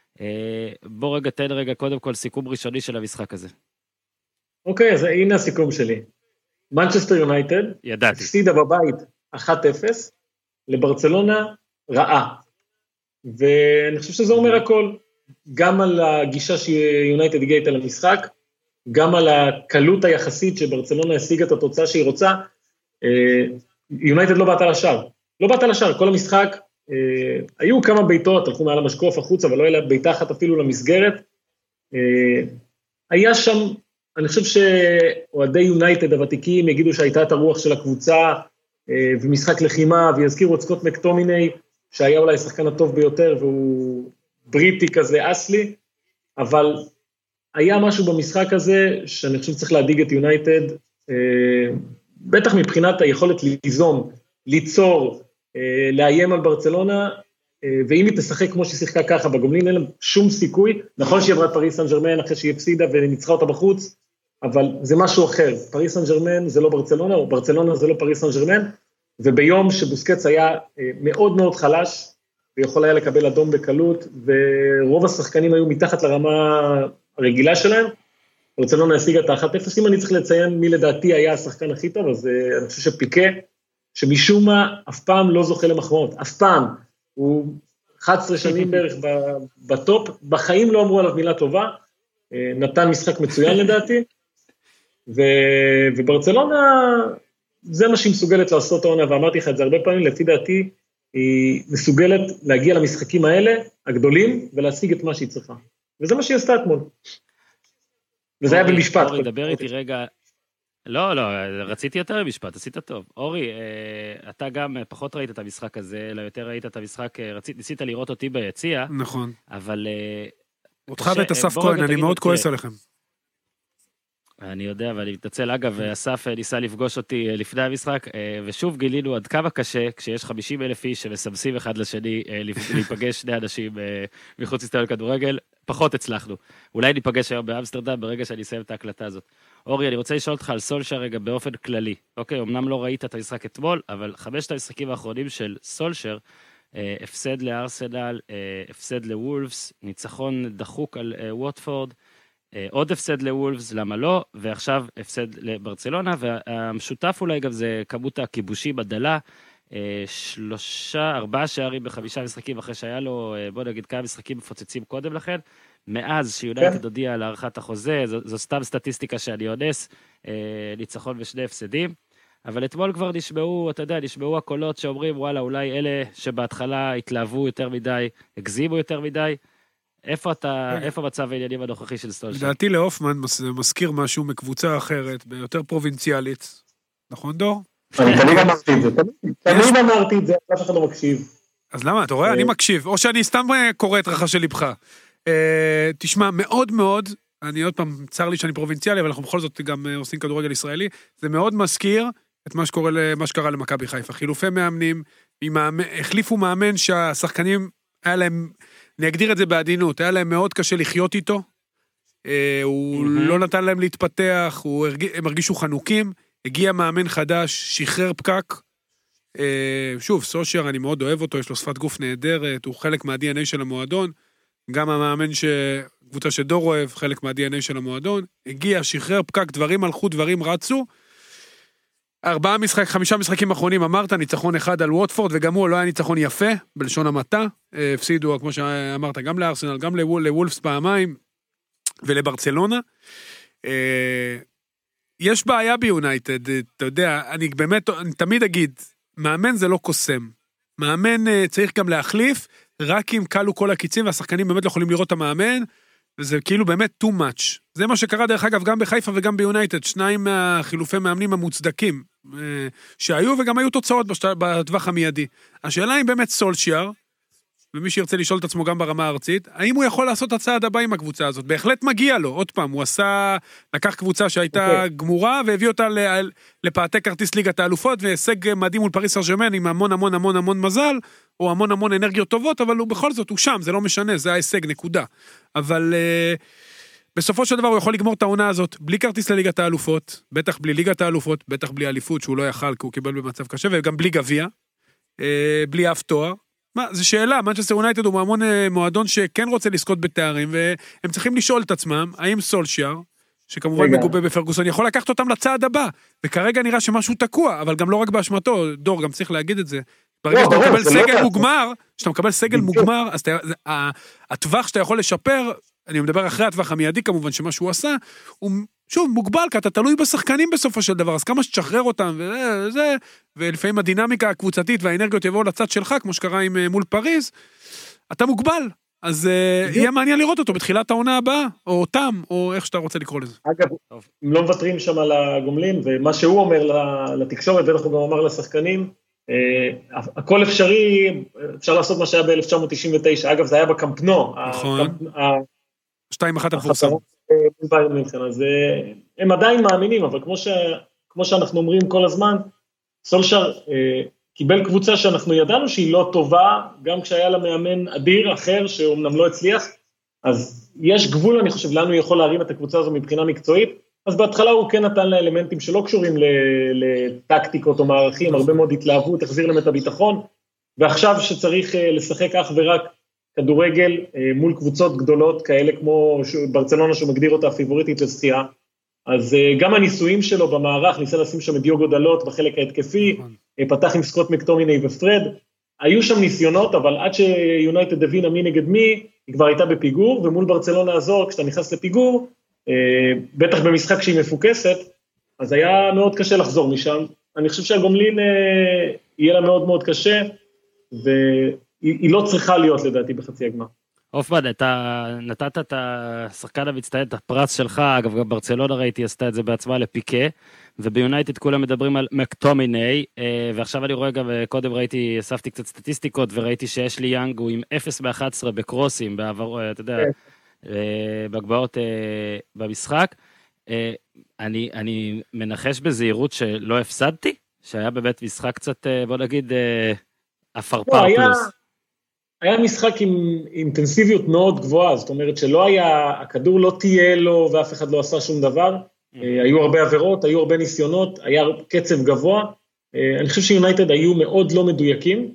בוא רגע, תן רגע קודם כל סיכום ראשוני של המשחק הזה. אוקיי, אז הנה הסיכום שלי. מנצ'סטר יונייטד, ידעתי. הפסידה בבית אחת אפס, לברצלונה רעה. ואני חושב שזה אומר הכל, גם על הגישה שיונייטד הגיעה איתה למשחק, גם על הקלות היחסית שברצלונה השיגה את התוצאה שהיא רוצה, יונייטד לא באת לשער. לא באת לשער, כל המשחק, היו כמה ביתות, הלכו מעל המשקוף החוץ, אבל לא היה ביתה אחת אפילו למסגרת. היה שם, אני חושב שאוהדי יונייטד הוותיקים יגידו שהייתה את הרוח של הקבוצה, ומשחק לחימה, ויזכירו את סקוט מקטומיני, שהיה אולי השחקן הטוב ביותר, והוא בריטי כזה אסלי, אבל היה משהו במשחק הזה, שאני חושב צריך להדיג את יונייטד, בטח מבחינת היכולת ליזום, ליצור, לאיים על ברצלונה, ואם היא תשחק כמו שהיא שיחקה ככה, בגומלין אין לה שום סיכוי, נכון שהיא עברה את פריס סן ז'רמן, אחרי שהיא הפסידה וניצחה אותה בחוץ, אבל זה משהו אחר, פריס סן ז'רמן זה לא ברצלונה, או ברצלונה זה לא פריס סן ז'רמן, וביום שבוסקץ היה מאוד מאוד חלש, ויכול היה לקבל אדום בקלות, ורוב השחקנים היו מתחת לרמה הרגילה שלהם, ברצלונה השיגה את ה-אחת אפס, אם אני צריך לציין מי לדעתי היה השחקן הכי טוב, אז אני חושב שפיקה, שמשום מה אף פעם לא זוכה למחמאות, אף פעם, הוא אחת עשרה שנים בערך בטופ, בחיים לא אמרו עליו מילה טובה, נתן משחק מצוין לדעתי, וברצלונה, זה מה שהיא מסוגלת לעשות העונה, ואמרתי לך את זה הרבה פעמים, לפי דעתי, היא מסוגלת להגיע למשחקים האלה, הגדולים, ולהשיג את מה שהיא צריכה. וזה מה שהיא עשתה אתמול. וזה היה במשפט. אורי, דבר איתי רגע, לא, לא, רציתי יותר משפט, עשית טוב. אורי, אתה גם פחות ראית את המשחק הזה, אלא יותר ראית את המשחק, רצית, ניסית לראות אותי ביציע. נכון. אבל... אותך ואת אסף כהן, אני מאוד כועס עליכם. אני יודע, ואני מתנצל, אגב, אסף ניסה לפגוש אותי לפני המשחק, ושוב גילינו עד כמה קשה, כשיש חמישים אלף איש שמסמסים אחד לשני, להיפגש שני אנשים מחוץ לאצטדיון כדורגל, פחות הצלחנו. אולי ניפגש היום באמסטרדם ברגע שאני אסיים את ההקלטה הזאת. אורי, אני רוצה לשאול אותך על סולשר רגע באופן כללי. אוקיי, אמנם לא ראית את המשחק אתמול, אבל חמשת המשחקים האחרונים של סולשר, הפסד לארסנל, הפסד לוולפס, ניצחון דחוק על ווטפורד, עוד הפסד לוולפס, למה לא, ועכשיו הפסד לברצלונה, והמשותף אולי גם זה כמות הכיבושים הדלה, שלושה, ארבעה שערים בחמישה משחקים, אחרי שהיה לו, בוא נגיד, כמה משחקים מפוצצים קודם לכן, מאז שיונייטד הודיע על הארכת החוזה, זו, זו סתם סטטיסטיקה שאני אונס, ניצחון ושני הפסדים, אבל אתמול כבר נשמעו, אתה יודע, נשמעו הקולות שאומרים, וואלה, אולי אלה שבהתחלה התלהבו יותר מדי, הגזימו יותר מדי, איפה אתה, איפה מצב העניינים הנוכחי של סולשר? לדעתי לאופמן מזכיר משהו מקבוצה אחרת, ביותר פרובינציאלית. נכון, דור? אני תמיד אמרתי את זה, תמיד אמרתי את זה, אף אחד לא מקשיב. אז למה? אתה רואה? אני מקשיב, או שאני סתם קורא את רחש של ליבך. תשמע, מאוד מאוד, אני עוד פעם, צר לי שאני פרובינציאלי, אבל אנחנו בכל זאת גם עושים כדורגל ישראלי, זה מאוד מזכיר את מה שקורה, מה שקרה למכבי חיפה. חילופי מאמנים, החליפו מאמן שהשחקנים היה להם, אני אגדיר את זה בעדינות, היה להם מאוד קשה לחיות איתו, הוא לא נתן להם להתפתח, הם הרגישו חנוקים, הגיע מאמן חדש, שחרר פקק, שוב, סושר, אני מאוד אוהב אותו, יש לו שפת גוף נהדרת, הוא חלק מה-די אן איי של המועדון, גם המאמן שקבוצה שדור אוהב, חלק מה-די אן איי של המועדון, הגיע, שחרר פקק, דברים הלכו, דברים רצו, ארבעה משחק, חמישה משחקים אחרונים, אמרת, ניצחון אחד על ווטפורד, וגם הוא לא היה ניצחון יפה, בלשון המעטה, הפסידו, כמו שאמרת, גם לארסנל, גם לוולפס פעמיים, ולברצלונה. יש בעיה ביונייטד, אתה יודע, אני באמת, אני תמיד אגיד, מאמן זה לא קוסם. מאמן צריך גם להחליף, רק אם קלו כל הקיצים, והשחקנים באמת לא יכולים לראות את המאמן, וזה כאילו באמת too much. זה מה שקרה דרך אגב גם בחיפה וגם ביונייטד, שניים מהחילופי מאמנים המוצדקים, שהיו וגם היו תוצאות בטווח המיידי. השאלה היא באמת סולשייר, ומי שירצה לשאול את עצמו גם ברמה הארצית, האם הוא יכול לעשות את הצעד הבא עם הקבוצה הזאת? בהחלט מגיע לו, עוד פעם, הוא עשה, לקח קבוצה שהייתה okay. גמורה, והביא אותה לפאתי כרטיס ליגת האלופות, והישג מדהים מול פריס סן ז'רמן, עם המון המון המון המון מזל, או המון המון אנרגיות טובות, אבל הוא בכל זאת, הוא שם, זה לא משנה, זה ההישג, נקודה. אבל uh, בסופו של דבר הוא יכול לגמור את העונה הזאת, בלי כרטיס לליגת האלופות, בטח בלי ליגת האלופות, בטח בלי אליפות, שהוא לא יכל, כי הוא קיבל במצב קשה, וגם בלי גביע, uh, בלי אף תואר. מה, זו שאלה, מנצ'סטר יונייטד הוא מהמון מועדון שכן רוצה לזכות בתארים, והם צריכים לשאול את עצמם, האם סולשייר, שכמובן מגובה בפרגוסון, יכול לקחת אותם לצעד הבא, וכרגע נראה שמשהו תקוע, אבל גם לא רק באשמתו, דור, גם צריך להגיד את זה, ברגע שאתה מקבל סגל מוגמר, שאתה מקבל סגל מוגמר, אז הטווח שאתה יכול לשפר, אני מדבר אחרי הטווח המיידי כמובן, שמה שהוא עשה, הוא שוב מוגבל, כי אתה תלוי בשחקנים בסופו של דבר, אז כמה שתשחרר אותם, וזה, ולפעמים הדינמיקה הקבוצתית והאנרגיות יבואו לצד שלך, כמו שקרה עם מול פריז, אתה מוגבל, אז יהיה מעניין לראות אותו בתחילת העונה הבאה, או אותם, או איך שאתה רוצה לקרוא לזה. אגב, הם לא מוותרים שם על הגומלין, ומה שהוא אומר לתקשורת, ואנחנו גם אומר לשחקנים, הכל אפשרי, אפשר לעשות מה שהיה ב-אלף תשע מאות תשעים ותשע, אגב זה היה בקמפנו, נכון, שתיים אחת המפורסם. אז הם עדיין מאמינים, אבל כמו, ש, כמו שאנחנו אומרים כל הזמן, סולשר קיבל קבוצה שאנחנו ידענו שהיא לא טובה, גם כשהיה לה מאמן אדיר אחר, שאומנם לא הצליח, אז יש גבול, אני חושב, לנו יכול להרים את הקבוצה הזו מבחינה מקצועית, אז בהתחלה הוא כן נתן לה אלמנטים שלא קשורים לטקטיקות או מערכים, הרבה מאוד התלהבות, תחזיר להם את הביטחון, ועכשיו שצריך לשחק אך ורק כדורגל מול קבוצות גדולות כאלה כמו ברצלונה שהוא מגדיר אותה הפיבוריטית לזכייה, אז גם הניסויים שלו במערך, ניסה לשים שם את דיוגו דלות בחלק ההתקפי, פתח עם סקוט מקטומיני ופרד, היו שם ניסיונות, אבל עד שיונייטד הבינה מי נגד מי, היא כבר הייתה בפיגור, ומול ברצלונה הזו, כשאתה נכנס לפיגור, בטח במשחק שהיא מפוקסת, אז היה מאוד קשה לחזור משם, אני חושב שהגומלין יהיה לה מאוד מאוד קשה, והיא לא צריכה להיות לדעתי בחצי הגמר. אופמן, אתה נתת את השחקן המצטיין, את הפרס שלך, אגב, גם ברצלונה ראיתי, עשתה את זה בעצמה לפיקה, וביונייטד כולם מדברים על מקטומיני, ועכשיו אני רואה גם, קודם ראיתי, אספתי קצת סטטיסטיקות, וראיתי שיש לי יאנג, הוא עם אפס ב-אחת עשרה בקרוסים, בעבר, אתה יודע, בהגבהות במשחק. אני, אני מנחש בזהירות שלא הפסדתי, שהיה באמת משחק קצת, בוא נגיד, אפרפר פלוס. היה משחק עם אינטנסיביות מאוד גבוהה, זאת אומרת שלא היה, הכדור לא תהיה לו ואף אחד לא עשה שום דבר, היו הרבה עבירות, היו הרבה ניסיונות, היה קצב גבוה, אני חושב שיונייטד היו מאוד לא מדויקים,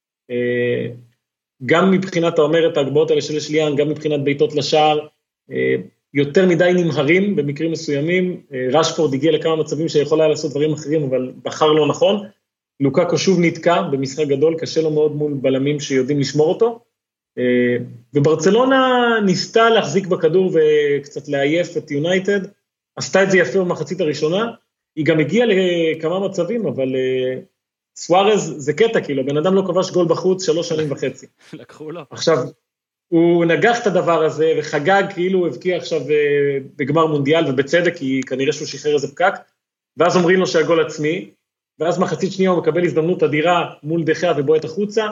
גם מבחינת, אתה אומר את ההגבהות האלה של שליאן, גם מבחינת ביתות לשער, יותר מדי נמהרים במקרים מסוימים, רשפורד הגיע לכמה מצבים שיכול היה לעשות דברים אחרים, אבל בחר לא נכון, לוקאקו שוב נתקע במשחק גדול, קשה לו מאוד מול בלמים שיודעים לשמור אותו, וברצלונה ניסתה להחזיק בכדור וקצת לעייף את יונייטד, עשתה את זה יפה במחצית הראשונה, היא גם הגיעה לכמה מצבים, אבל סוארז זה קטע, כאילו, בן אדם לא כבש גול בחוץ שלוש שנים וחצי. לקחו לו. עכשיו, הוא נגח את הדבר הזה, וחגג כאילו הוא הבקיע עכשיו בגמר מונדיאל, ובצדק, כי כנראה שהוא שחרר איזה פקק, ואז אומרים לו שהגול עצמי, ואז מחצית שנייה הוא מקבל הזדמנות אדירה מול דחיה ובועט החוצה,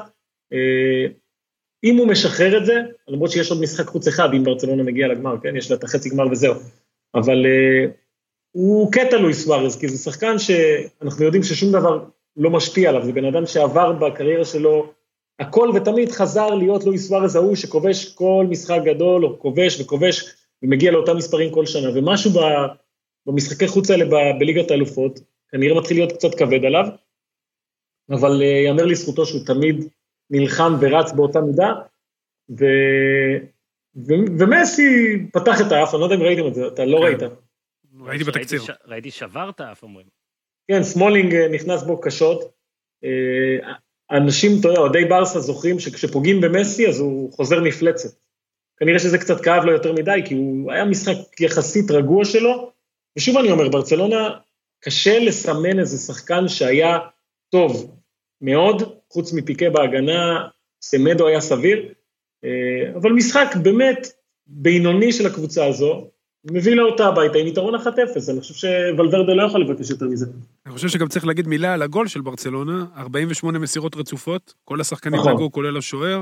אם הוא משחרר את זה, למרות שיש עוד משחק חוץ אחד, אם ברצלונה מגיע לגמר, כן, יש לה את החצי גמר וזהו, אבל הוא קטע לואיס סוארז, כי זה שחקן שאנחנו יודעים ששום דבר לא משפיע עליו, זה בן אדם שעבר בקריירה שלו, הכל ותמיד חזר להיות לואיס סוארז ההוא, שכובש כל משחק גדול, או כובש וכובש, ומגיע לאותם מספרים כל שנה, ומשהו במשחקי חוץ האלה בליגת האלופות, כנראה מתחיל להיות קצת כבד עליו, אבל יאמר לזכותו שהוא תמיד נלחם ורץ באותה מידה, ו... ו... ומסי פתח את האף, אני לא יודע אם ראיתם את זה, אתה לא ראית. ראיתי בתקציר. ראיתי שבר את האף, אומרים. כן, סמולינג נכנס בו קשות, אנשים, אתה יודע, עודי ברסה זוכרים שכשפוגעים במסי, אז הוא חוזר מפלצת. כנראה שזה קצת כאב לו יותר מדי, כי הוא היה משחק יחסית רגוע שלו, ושוב אני אומר, ברצלונה, קשה לסמן איזה שחקן שהיה טוב מאוד, חוץ מפיקה בהגנה, סמדו היה סביר, אבל משחק באמת בינוני של הקבוצה הזו, מביא לה אותה הביתה עם יתרון אחת אפס, אני חושב שוולברדה לא יכול לבקש יותר מזה. אני חושב שגם צריך להגיד מילה על הגול של ברצלונה, ארבעים ושמונה מסירות רצופות, כל השחקנים נכון. נגעו, כולל השוער.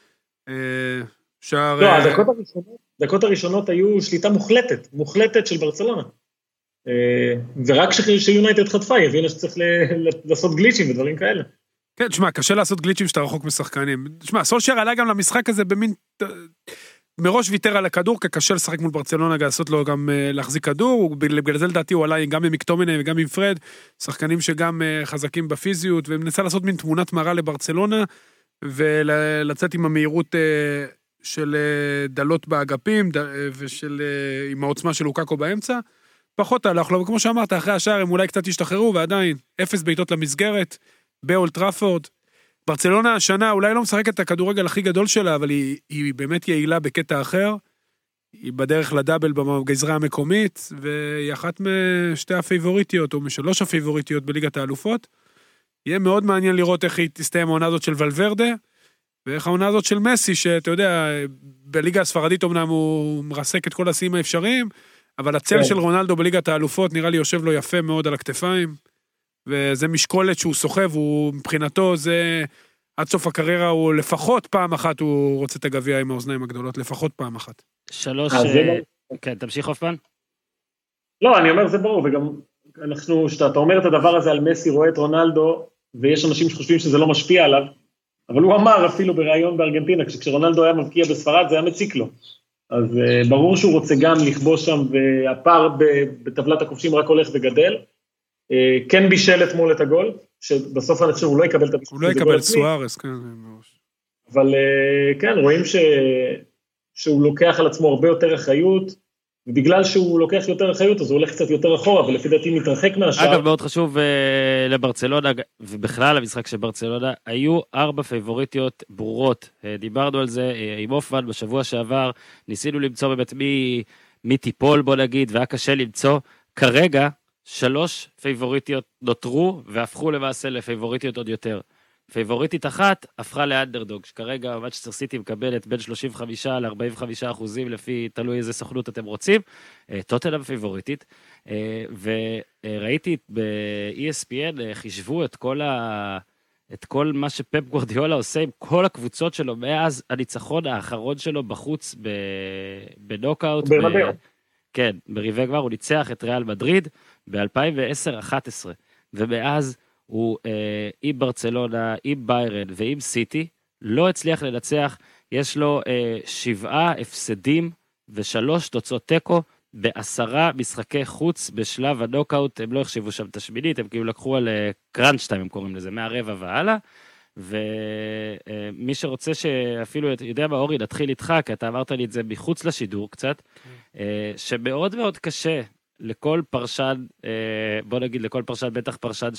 שער... לא, הדקות הראשונות, הדקות הראשונות היו שליטה מוחלטת, מוחלטת של ברצלונה. ורק כשיונייטד חטפה, הבינה שצריך לעשות גליצ'ים ודברים כאלה. כן, תשמע, קשה לעשות גליצ'ים שאתה רחוק משחקנים. תשמע, סולשר עלה גם למשחק הזה במין... מראש ויתר על הכדור, כי קשה לשחק מול ברצלונה, לעשות לו גם להחזיק כדור, בגלל זה לדעתי הוא עלה גם עם מקטומיני וגם עם פרד, שחקנים שגם חזקים בפיזיות, ומנסה לעשות מין תמונת מראה לברצלונה, ולצאת עם המהירות של דלות באגפים, ושל, עם העוצמה של לוקאקו באמצע, פחות הלך לו, וכמו שאמרת, אחרי השער הם אולי קצת השתחררו, ועדיין אפס בעיטות למסגרת, באולד טראפורד, ברצלונה השנה אולי לא משחקת את הכדורגל הכי גדול שלה, אבל היא, היא באמת יעילה בקטע אחר, היא בדרך לדאבל בגזרה המקומית, והיא אחת משתי הפייבוריטיות, או משלוש הפייבוריטיות בליגת האלופות. יהיה מאוד מעניין לראות איך היא תסתיים העונה הזאת של ולוורדה, ואיך העונה הזאת של מסי, שאתה יודע, בליגה הספרדית אמנם הוא מרסק את כל השיאים האפשריים, אבל הצל כן. של רונלדו בליגת האלופות נראה לי יושב לו יפה מאוד על הכתפיים, וזה משקולת שהוא סוחב, הוא מבחינתו זה, עד סוף הקריירה הוא לפחות פעם אחת, הוא רוצה את הגביע עם האוזניים הגדולות, לפחות פעם אחת. שלוש, כן, תמשיך אופן? לא, אני אומר זה ברור, וגם אנחנו, שאתה אומר את הדבר הזה על מסי, רואה את רונלדו, ויש אנשים שחושבים שזה לא משפיע עליו, אבל הוא אמר אפילו בראיון בארגנטינה, כשרונלדו היה מבקיע בספרד, זה היה מציק לו. אז ברור שהוא רוצה גם לכבוש שם, והפער בטבלת הכובשים רק הולך וגדל, כן בישל אתמול את הגול, שבסוף אני חושב הוא לא יקבל את הבישול. הוא לא יקבל סוארס, כן. אבל כן, רואים ש... שהוא לוקח על עצמו הרבה יותר אחריות, ובגלל שהוא לוקח יותר אחריות, אז הוא הולך קצת יותר אחורה, ולפי דעתי מתרחק מהשאר. אגב, מאוד חשוב לברצלונה, ובכלל המשחק של ברצלונה, היו ארבע פייבוריטיות ברורות, דיברנו על זה עם אופן בשבוע שעבר, ניסינו למצוא באמת מי, מי טיפול בוא נגיד, והיה קשה למצוא, כרגע, שלוש פייבוריטיות נותרו, והפכו למעשה לפייבוריטיות עוד יותר. פייבוריטית אחת הפכה לאנדרדוג, שכרגע מנצ'סטר סיטי מקבלת בין שלושים וחמישה ל-ארבעים וחמישה אחוזים, לפי תלוי איזה סוכנות אתם רוצים, טוטנהאם פייבוריטית, וראיתי ב-E S P N, חישבו את כל ה... את כל מה שפפ גוארדיולה עושה עם כל הקבוצות שלו, מאז הניצחון האחרון שלו בחוץ בנוקאוט. ברנבאו. כן, בריבי גמר, הוא ניצח את ריאל מדריד ב-אלפיים ועשר אחת עשרה, ומאז הוא אה, עם ברצלונה, עם ביירן ועם סיטי, לא הצליח לנצח, יש לו אה, שבעה הפסדים ושלוש תוצאות טקו, בעשרה משחקי חוץ בשלב הנוקאוט, הם לא החשיבו שם את השמינית, הם כאילו לקחו על קראנץ' טיים, הם קוראים לזה, מהרבע והלאה, ומי שרוצה שאפילו, יודע מה אורי, נתחיל איתך, כי אתה אמרת לי את זה מחוץ לשידור קצת, שמאוד מאוד קשה לכל פרשן, בוא נגיד לכל פרשן, בטח פרשן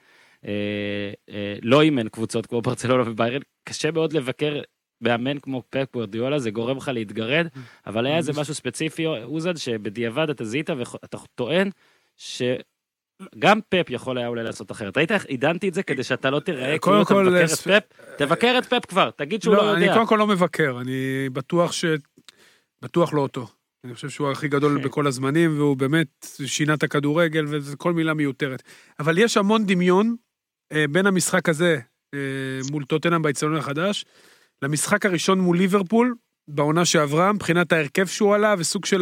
שלא אימן קבוצות כמו ברצלונה וביירן, קשה מאוד לבקר מאמן כמו פפ גוארדיולה, זה גורם לך להתגרד, אבל היה איזה משהו ספציפי, אוזן, שבדיעבד אתה זיהית, ואתה טוען שגם פפ יכול היה אולי לעשות אחרת. היית, עידנתי את זה כדי שאתה לא תראה, כאילו אתה מבקר את פפ, תבקר את פפ כבר, תגיד שהוא לא יודע. אני קודם כל לא מבקר, אני בטוח ש... בטוח לא אותו. אני חושב שהוא הכי גדול בכל הזמנים, והוא באמת שינה את הכדורגל, וזה כל מילה מיותרת. אבל יש המון דמיון בין המשחק הזה, מול טוטנהאם באצטדיון החדש, למשחק הראשון מול ליברפול, בעונה שעברה, מבחינת ההרכב שהוא עלה, וסוג של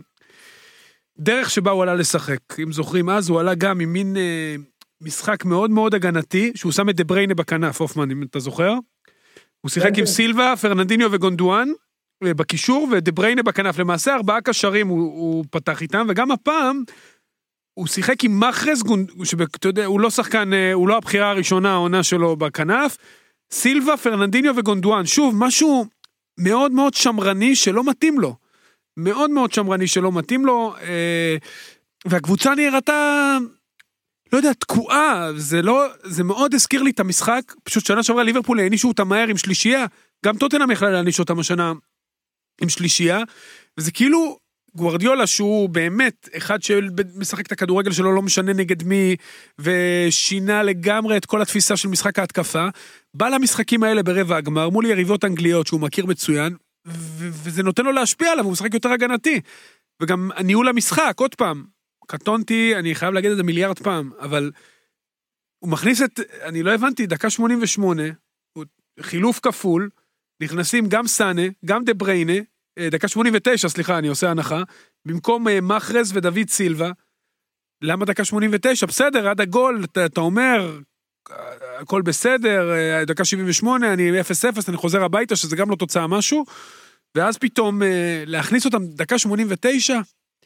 הדרך שבה הוא עלה לשחק. אם זוכרים, אז הוא עלה גם עם מין אה, משחק מאוד מאוד הגנתי, שהוא שם את דה בריינה בכנף, אופמן, אם אתה זוכר. הוא שיחק עם סילבה, פרננדיניו וגונדואן, בקישור, ודה בריינה בכנף. למעשה, ארבעה קשרים הוא, הוא פתח איתם, וגם הפעם, הוא שיחק עם מחרז, שאתה יודע, הוא לא שחקן, הוא לא הבחירה הראשונה, העונה שלו בכנף, סילבה, פרננדיניו וגונדואן, שוב, משהו מאוד מאוד שמרני שלא מתאים לו. מאוד מאוד שמרני שלא מתאים לו, והקבוצה נראתה, לא יודע, תקועה, זה לא, זה מאוד הזכיר לי את המשחק, פשוט שנה שעברה ליברפול הענישו אותה מהר עם שלישייה, גם טוטנהאם יכלה להעניש אותם השנה עם שלישייה, וזה כאילו גוארדיולה שהוא באמת אחד שמשחק את הכדורגל שלו לא משנה נגד מי, ושינה לגמרי את כל התפיסה של משחק ההתקפה, בא למשחקים האלה ברבע הגמר, מול יריבות אנגליות שהוא מכיר מצוין, ו- וזה נותן לו להשפיע עליו, הוא משחק יותר הגנתי, וגם ניהול המשחק, עוד פעם, קטונתי, אני חייב להגיד את זה מיליארד פעם, אבל הוא מכניס את, אני לא הבנתי, דקה שמונים ושמונה, חילוף כפול, נכנסים גם סאנה, גם דה בריינה, דקה שמונים ותשע, סליחה, אני עושה הנחה, במקום מחרז ודוד סילבה, למה דקה שמונים ותשע? בסדר, עד הגול, אתה, אתה אומר, הכל בסדר, דקה שבעים ושמונה, אני אפס אפס, אני חוזר הביתה, שזה גם לא תוצאה משהו, ואז פתאום להכניס אותם דקה שמונים ותשע,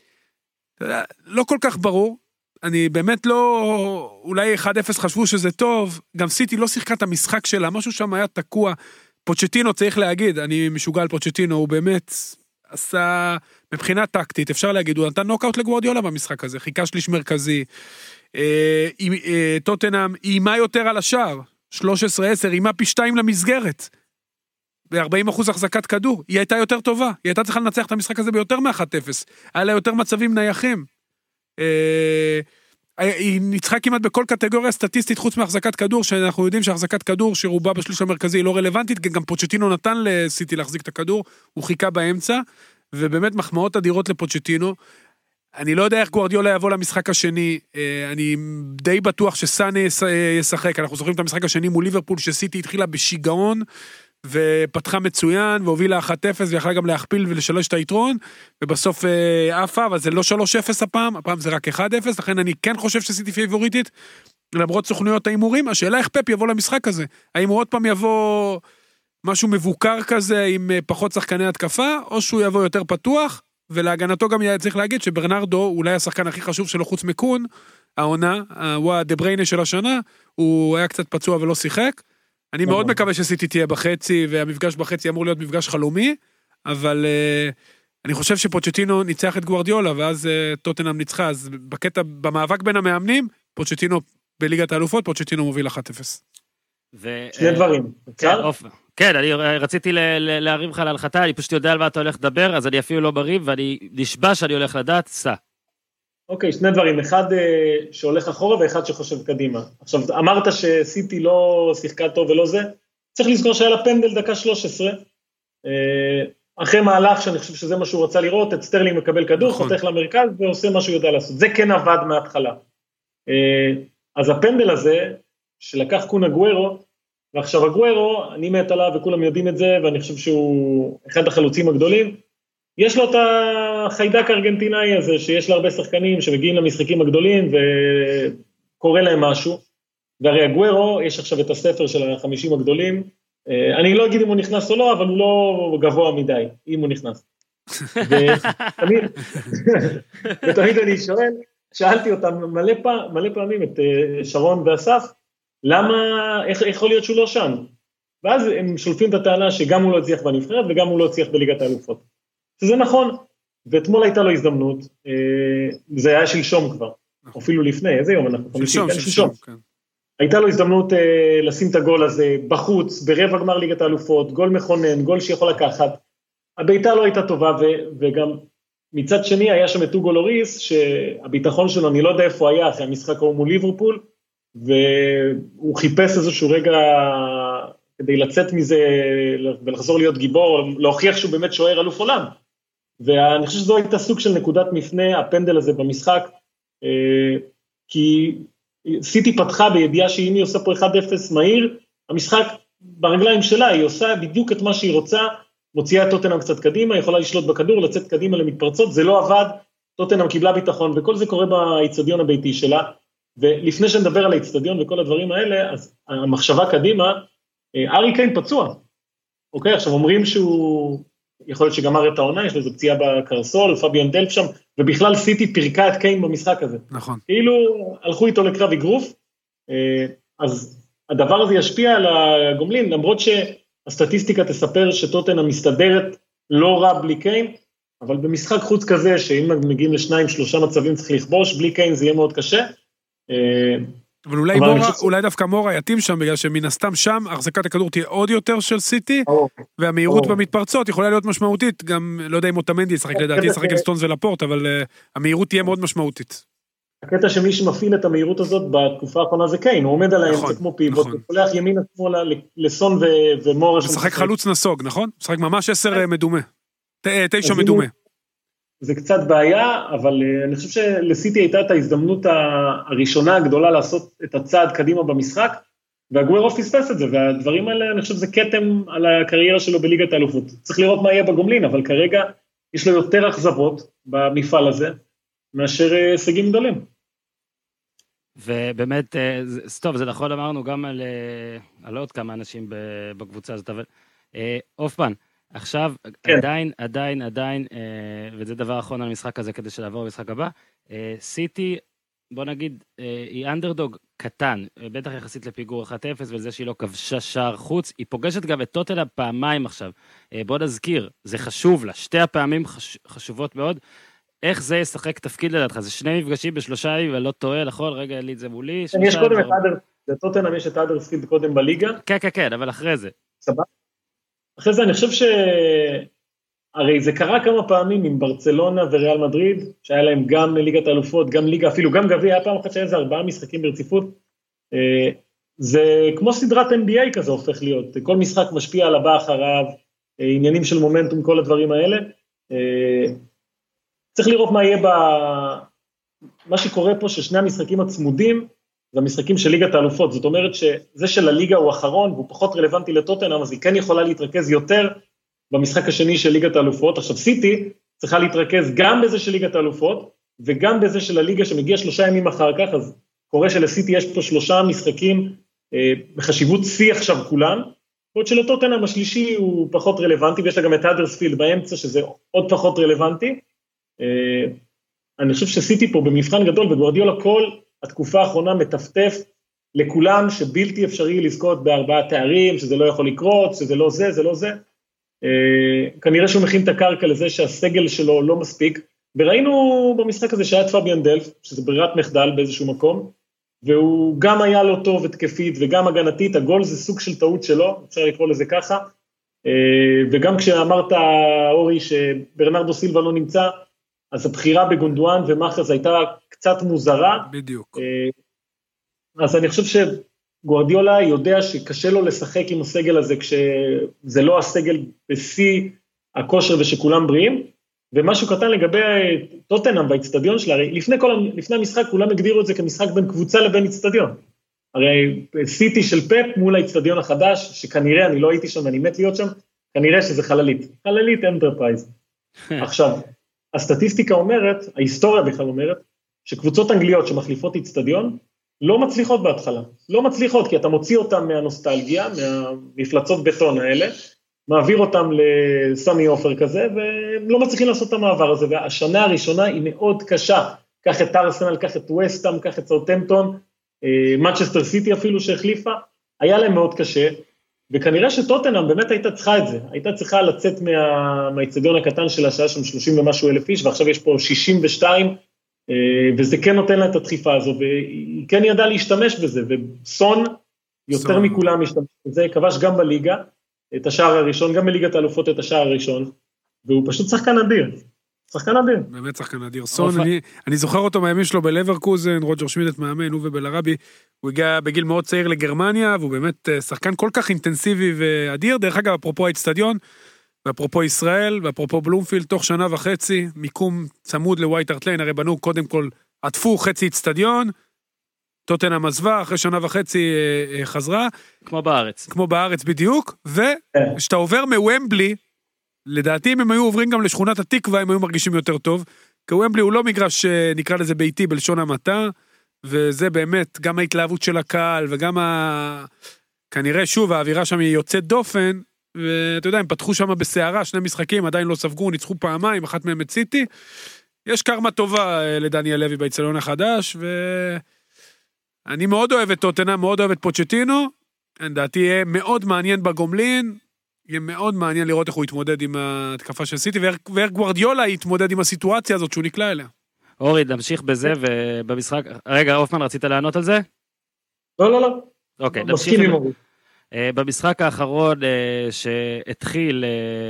לא כל כך ברור, אני באמת לא, אולי אחד אפס חשבו שזה טוב, גם סיטי לא שיחקה את המשחק שלה, משהו שם היה תקוע, פוצ'טינו צריך להגיד, אני משוגע על פוצ'טינו, הוא באמת עשה, מבחינה טקטית, אפשר להגיד, הוא נתן נוקאוט לגוארדיולה במשחק הזה, חיכה שליש מרכזי, אה, אה, טוטנהאם, אימה יותר על השער, שלוש עשרה עשר, אימה פי שתיים למסגרת, ב-ארבעים אחוז החזקת כדור, היא הייתה יותר טובה, היא הייתה צריכה לנצח את המשחק הזה ביותר מ-אחת אפס, היה לה יותר מצבים נייחים, אה, היא ניצחה כמעט בכל קטגוריה סטטיסטית חוץ מהחזקת כדור, שאנחנו יודעים שהחזקת כדור שרובה בשליש המרכזי היא לא רלוונטית, גם פוצ'טינו נתן לסיטי להחזיק את הכדור, הוא חיכה באמצע, ובאמת מחמאות אדירות לפוצ'טינו, אני לא יודע איך גוארדיולה יבוא למשחק השני, אני די בטוח שסאנה ישחק, אנחנו זוכרים את המשחק השני מול ליברפול, שסיטי התחילה בשיגעון, ופתחה מצוין, והובילה אחת אפס, ויכלה גם להכפיל ולשלוש את היתרון, ובסוף אפה, אבל זה לא שלוש אפס הפעם, הפעם זה רק אחת אפס, לכן אני כן חושב שסיטי פייבוריטית, למרות סוכנויות האימורים, השאלה איך פפ יבוא למשחק הזה, האם הוא עוד פעם יבוא משהו מבוקר כזה, עם פחות שחקני התקפה, או שהוא יבוא יותר פתוח, ולהגנתו גם צריך להגיד שברנרדו, אולי השחקן הכי חשוב שלו חוץ מקון, העונה, הוא הדה בריינה של השנה, הוא היה קצת פצוע ולא שיחק, אני מאוד מקווה שסיטי תהיה בחצי, והמפגש בחצי אמור להיות מפגש חלומי, אבל uh, אני חושב שפוצ'טינו ניצח את גוארדיולה, ואז uh, טוטנהאם ניצחה, אז בקטע, במאבק בין המאמנים, פוצ'טינו בליגת האלופות, פוצ'טינו מוביל אחת אפס. ו... שני דברים, אפשר? כן, אני רציתי להרים לך להלחתה, אני פשוט יודע על מה אתה הולך לדבר, אז אני אפילו לא מרים, ואני נשבע שאני הולך לדעת, סע. אוקיי, שני דברים, אחד שהולך אחורה ואחד שחושב קדימה. עכשיו, אמרת שסיטי לא שיחקה טוב ולא זה, צריך לזכור שהיה לה פנדל דקה שלוש עשרה, אחרי מהלך שאני חושב שזה מה שהוא רצה לראות, את סטרלינג מקבל כדור, חותך למרכז ועושה מה שהוא יודע לעשות. זה כן עבד מההתחלה. אז הפנדל הזה, שלקח קון אגוארו, ועכשיו אגוארו, אני מת עליו וכולם יודעים את זה, ואני חושב שהוא אחד החלוצים הגדולים, יש לו את החיידק הארגנטינאי הזה, שיש לה הרבה שחקנים שמגיעים למשחקים הגדולים, וקורא להם משהו, והרי אגוארו, יש עכשיו את הספר של החמישים הגדולים, אני לא אגיד אם הוא נכנס או לא, אבל הוא לא גבוה מדי, אם הוא נכנס. ותמיד, ותמיד אני שואל, שאלתי אותם מלא, פעם, מלא פעמים, את שרון ואסף, למה, איך יכול להיות שהוא לא שם? ואז הם שולפים את הטענה שגם הוא לא הצליח בנבחרת, וגם הוא לא הצליח בליגת האלופות. שזה נכון, ואתמול הייתה לו הזדמנות, זה היה שלשום כבר, אפילו לפני, איזה יום אנחנו? שלשום, שלשום, כן. הייתה לו הזדמנות לשים את הגול הזה בחוץ, ברבע גמר ליגת האלופות, גול מכונן, גול שיכול לקחת, הביתה לא הייתה טובה, וגם מצד שני היה שם את אוגו לוריס, שהביטחון שלו, אני לא יודע איפה היה, אחרי המשחק ההוא מול ליברפול, והוא חיפש איזשהו רגע כדי לצאת מזה ולחזור להיות גיבור, להוכיח שהוא באמת שוער אלוף עולם. ואני חושב שזו הייתה סוג של נקודת מפנה, הפנדל הזה במשחק, כי סיטי פתחה בידיעה שאם היא עושה פה אחד אפס מהיר, המשחק ברגליים שלה, היא עושה בדיוק את מה שהיא רוצה, מוציאה את טוטנהאם קצת קדימה, יכולה לשלוט בכדור, לצאת קדימה למתפרצות, זה לא עבד, טוטנהאם קיבלה ביטחון, וכל זה קורה באצטדיון הביתי שלה, ולפני שנדבר על האצטדיון וכל הדברים האלה, אז המחשבה קדימה, ארי קיין פצוע, אוקיי, עכשיו אומרים שהוא, יכול להיות שגמר את העונה, יש לו איזו פציעה בקרסול, פביאן דלף שם, ובכלל סיטי פירקה את קיין במשחק הזה. נכון. כאילו הלכו איתו לקרב אגרוף, אז הדבר הזה ישפיע על הגומלין, למרות שהסטטיסטיקה תספר שטוטנהאם מסתדרת לא רע בלי קיין, אבל במשחק חוץ כזה, שאם מגיעים לשניים, שלושה מצבים צריך לכבוש, בלי קיין זה יהיה מאוד קשה. אבל אולי, אבל מורה, חושב... אולי דווקא מורה יתאים שם, בגלל שמן הסתם שם, החזקת הכדור תהיה עוד יותר של סיטי, או, והמהירות או. במתפרצות יכולה להיות משמעותית, גם לא יודע אם אוטמנדי ישחק לדעתי, ישחק עם סטונס ולפורט, אבל uh, המהירות תהיה מאוד משמעותית. הקטע שמי שמפעיל את המהירות הזאת בתקופה האחרונה זה קיין, הוא עומד על האמצע נכון, כמו פיבוט, נכון. הוא פולח ימין עצמו לסון ו- ומורה. משחק חלוץ נסוג, נכון? משחק ממש עשר מדומה, תשע מדומה. זה קצת בעיה, אבל אני חושב שלסיטי הייתה את ההזדמנות הראשונה הגדולה לעשות את הצעד קדימה במשחק, והגוארו פספס את זה, והדברים האלה, אני חושב שזה קטם על הקריירה שלו בליגת האלופות. צריך לראות מה יהיה בגומלין, אבל כרגע יש לו יותר אכזבות במפעל הזה, מאשר הישגים גדולים. ובאמת, טוב, זה נכון, אמרנו גם על, על עוד כמה אנשים בקבוצה הזאת, אבל אופן, עכשיו, כן. עדיין, עדיין, עדיין, אה, וזה דבר אחרון על המשחק הזה, כדי שלעבור למשחק הבא, אה, סיטי, בוא נגיד, אה, היא אנדרדוג קטן, בטח יחסית לפיגור אחת אפס, ולזה שהיא לא כבשה שער חוץ, היא פוגשת גם את טוטנהאם פעמיים עכשיו. אה, בוא נזכיר, זה חשוב לה, שתי הפעמים חש, חשובות מאוד, איך זה ישחק תפקיד לדעתך? זה שני מפגשים בשלושה ימים, ולא טועה, נכון? רגע, לי את זה מולי. יש קודם את אדר, לטוטנהאם יש את אדרספילד קודם בליגה. כן, כן, כן, אבל אחרי זה. סבבה. אחרי זה אני חושב ש... הרי זה קרה כמה פעמים עם ברצלונה וריאל מדריד, שהיה להם גם ליגת האלופות, גם ליגה, אפילו גם גביע, היה פעם אחת שהיה איזה ארבעה משחקים ברציפות. זה כמו סדרת אן בי איי כזה הופך להיות, כל משחק משפיע על הבא אחריו, עניינים של מומנטום, כל הדברים האלה. צריך לראות מה יהיה ב... מה שקורה פה, ששני המשחקים הצמודים, זה המשחקים של ליגת האלופות, זאת אומרת שזה של הליגה הוא אחרון, והוא פחות רלוונטי לטוטנהאם, אז היא כן יכולה להתרכז יותר במשחק השני של ליגת האלופות. עכשיו סיטי צריכה להתרכז גם בזה של ליגת האלופות, וגם בזה של הליגה שמגיע שלושה ימים אחר כך, אז קורה שלסיטי יש פה שלושה משחקים אה, בחשיבות שיא עכשיו כולם, ועוד שלטוטנהאם השלישי הוא פחות רלוונטי, ויש לה גם את האדרספילד באמצע, שזה עוד פחות רלוונטי. אה, אני חושב שסיטי פה במבחן גדול, וגוארדיולה כל התקופה האחרונה מטפטף לכולם שבלתי אפשרי לזכות בארבעה תארים, שזה לא יכול לקרות, שזה לא זה, זה לא זה. אה, כנראה שהוא מכין את הקרקע לזה שהסגל שלו לא מספיק, וראינו במשחק הזה שהיה את פביאן דלף, שזה ברירת מחדל באיזשהו מקום, והוא גם היה לו טוב התקפית וגם הגנתית, הגול זה סוג של טעות שלו, אפשר לקרוא לזה ככה, אה, וגם כשאמרת אורי שברנרדו סילבה לא נמצא, אז הבחירה בגונדואן ומחרז הייתה קצת מוזרה. בדיוק. אז אני חושב שגוארדיולה יודע שקשה לו לשחק עם הסגל הזה, כשזה לא הסגל בשיא הכושר ושכולם בריאים, ומשהו קטן לגבי טוטנהאם באצטדיון שלה, הרי לפני, כל, לפני המשחק כולם הגדירו את זה כמשחק בין קבוצה לבין אצטדיון. הרי סיטי של פפ מול האצטדיון החדש, שכנראה אני לא הייתי שם ואני מת להיות שם, כנראה שזה חללית, חללית אנטרפרייז. עכשיו, הסטטיסטיקה אומרת, ההיסטוריה בכלל אומרת, שקבוצות אנגליות שמחליפות אצטדיון, לא מצליחות בהתחלה, לא מצליחות, כי אתה מוציא אותם מהנוסטלגיה, מהמפלצות בטון האלה, מעביר אותם לסמי אופר כזה, והם לא מצליחים לעשות את המעבר הזה, והשנה הראשונה היא מאוד קשה, קח את ארסנל, קח את ווסטהאם, קח את סאות'המפטון, מנצ'סטר סיטי אפילו שהחליפה, היה להם מאוד קשה, וכנראה שטוטנהאם באמת הייתה צריכה את זה, הייתה צריכה לצאת מה, מהאצטדיון הקטן שלה, שהיה שם שלושים ומשהו אלף איש, ועכשיו יש פה שישים ושתיים, וזה כן נותן לה את הדחיפה הזו, והיא כן ידעה להשתמש בזה, וסון יותר סון. מכולם משתמש בזה, כבש גם בליגה, את השער הראשון, גם בליגת האלופות את השער הראשון, והוא פשוט שחקן אדיר, שחקן אדיר. באמת שחקן אדיר. סון, אני, אני זוכר אותו מהימים שלו בלברקוזן, רוג'ר שמידט מאמן, הוא ובלרבי, הוא הגיע בגיל מאוד צעיר לגרמניה, והוא באמת שחקן כל כך אינטנסיבי ואדיר, דרך אגב, אפרופו האצטדיון, ואפרופו ישראל, ואפרופו בלומפילד, תוך שנה וחצי, מיקום צמוד לווייט הארט ליין, הרי בנו קודם כל, עטפו חצי אצטדיון, טוטנהאם עזבה, אחרי שנה וחצי חזרה. כמו בארץ. כמו בארץ בדיוק, ושאתה עובר מוומבלי, לדעתי אם הם היו עוברים גם לשכונת התקווה, הם היו מרגישים יותר טוב, כי וומבלי הוא לא מגרש שנקרא לזה ביתי בלשון המעטה, וזה באמת גם ההתלהבות של הקהל, וגם ה... כנראה שוב, האווירה שם היא יוצאת דופן, ואתה יודע, הם פתחו שם בסערה, שני משחקים, עדיין לא ספגו, ניצחו פעמיים, אחת מהם את סיטי, יש קרמה טובה לדניאל לוי באצטדיון החדש, ואני מאוד אוהב את טוטנהאם, מאוד אוהב את פוצ'טינו, לדעתי יהיה מאוד מעניין בגומלין, יהיה מאוד מעניין לראות איך הוא יתמודד עם התקפה של סיטי, ואיך גוארדיולה יתמודד עם הסיטואציה הזאת שהוא נקלע אליה. אורי, נמשיך בזה, ובמשחק... רגע, אופמן, רצית לענות על זה? לא, לא, לא. אוקיי, נמשיך... במשחק האחרון שהתחיל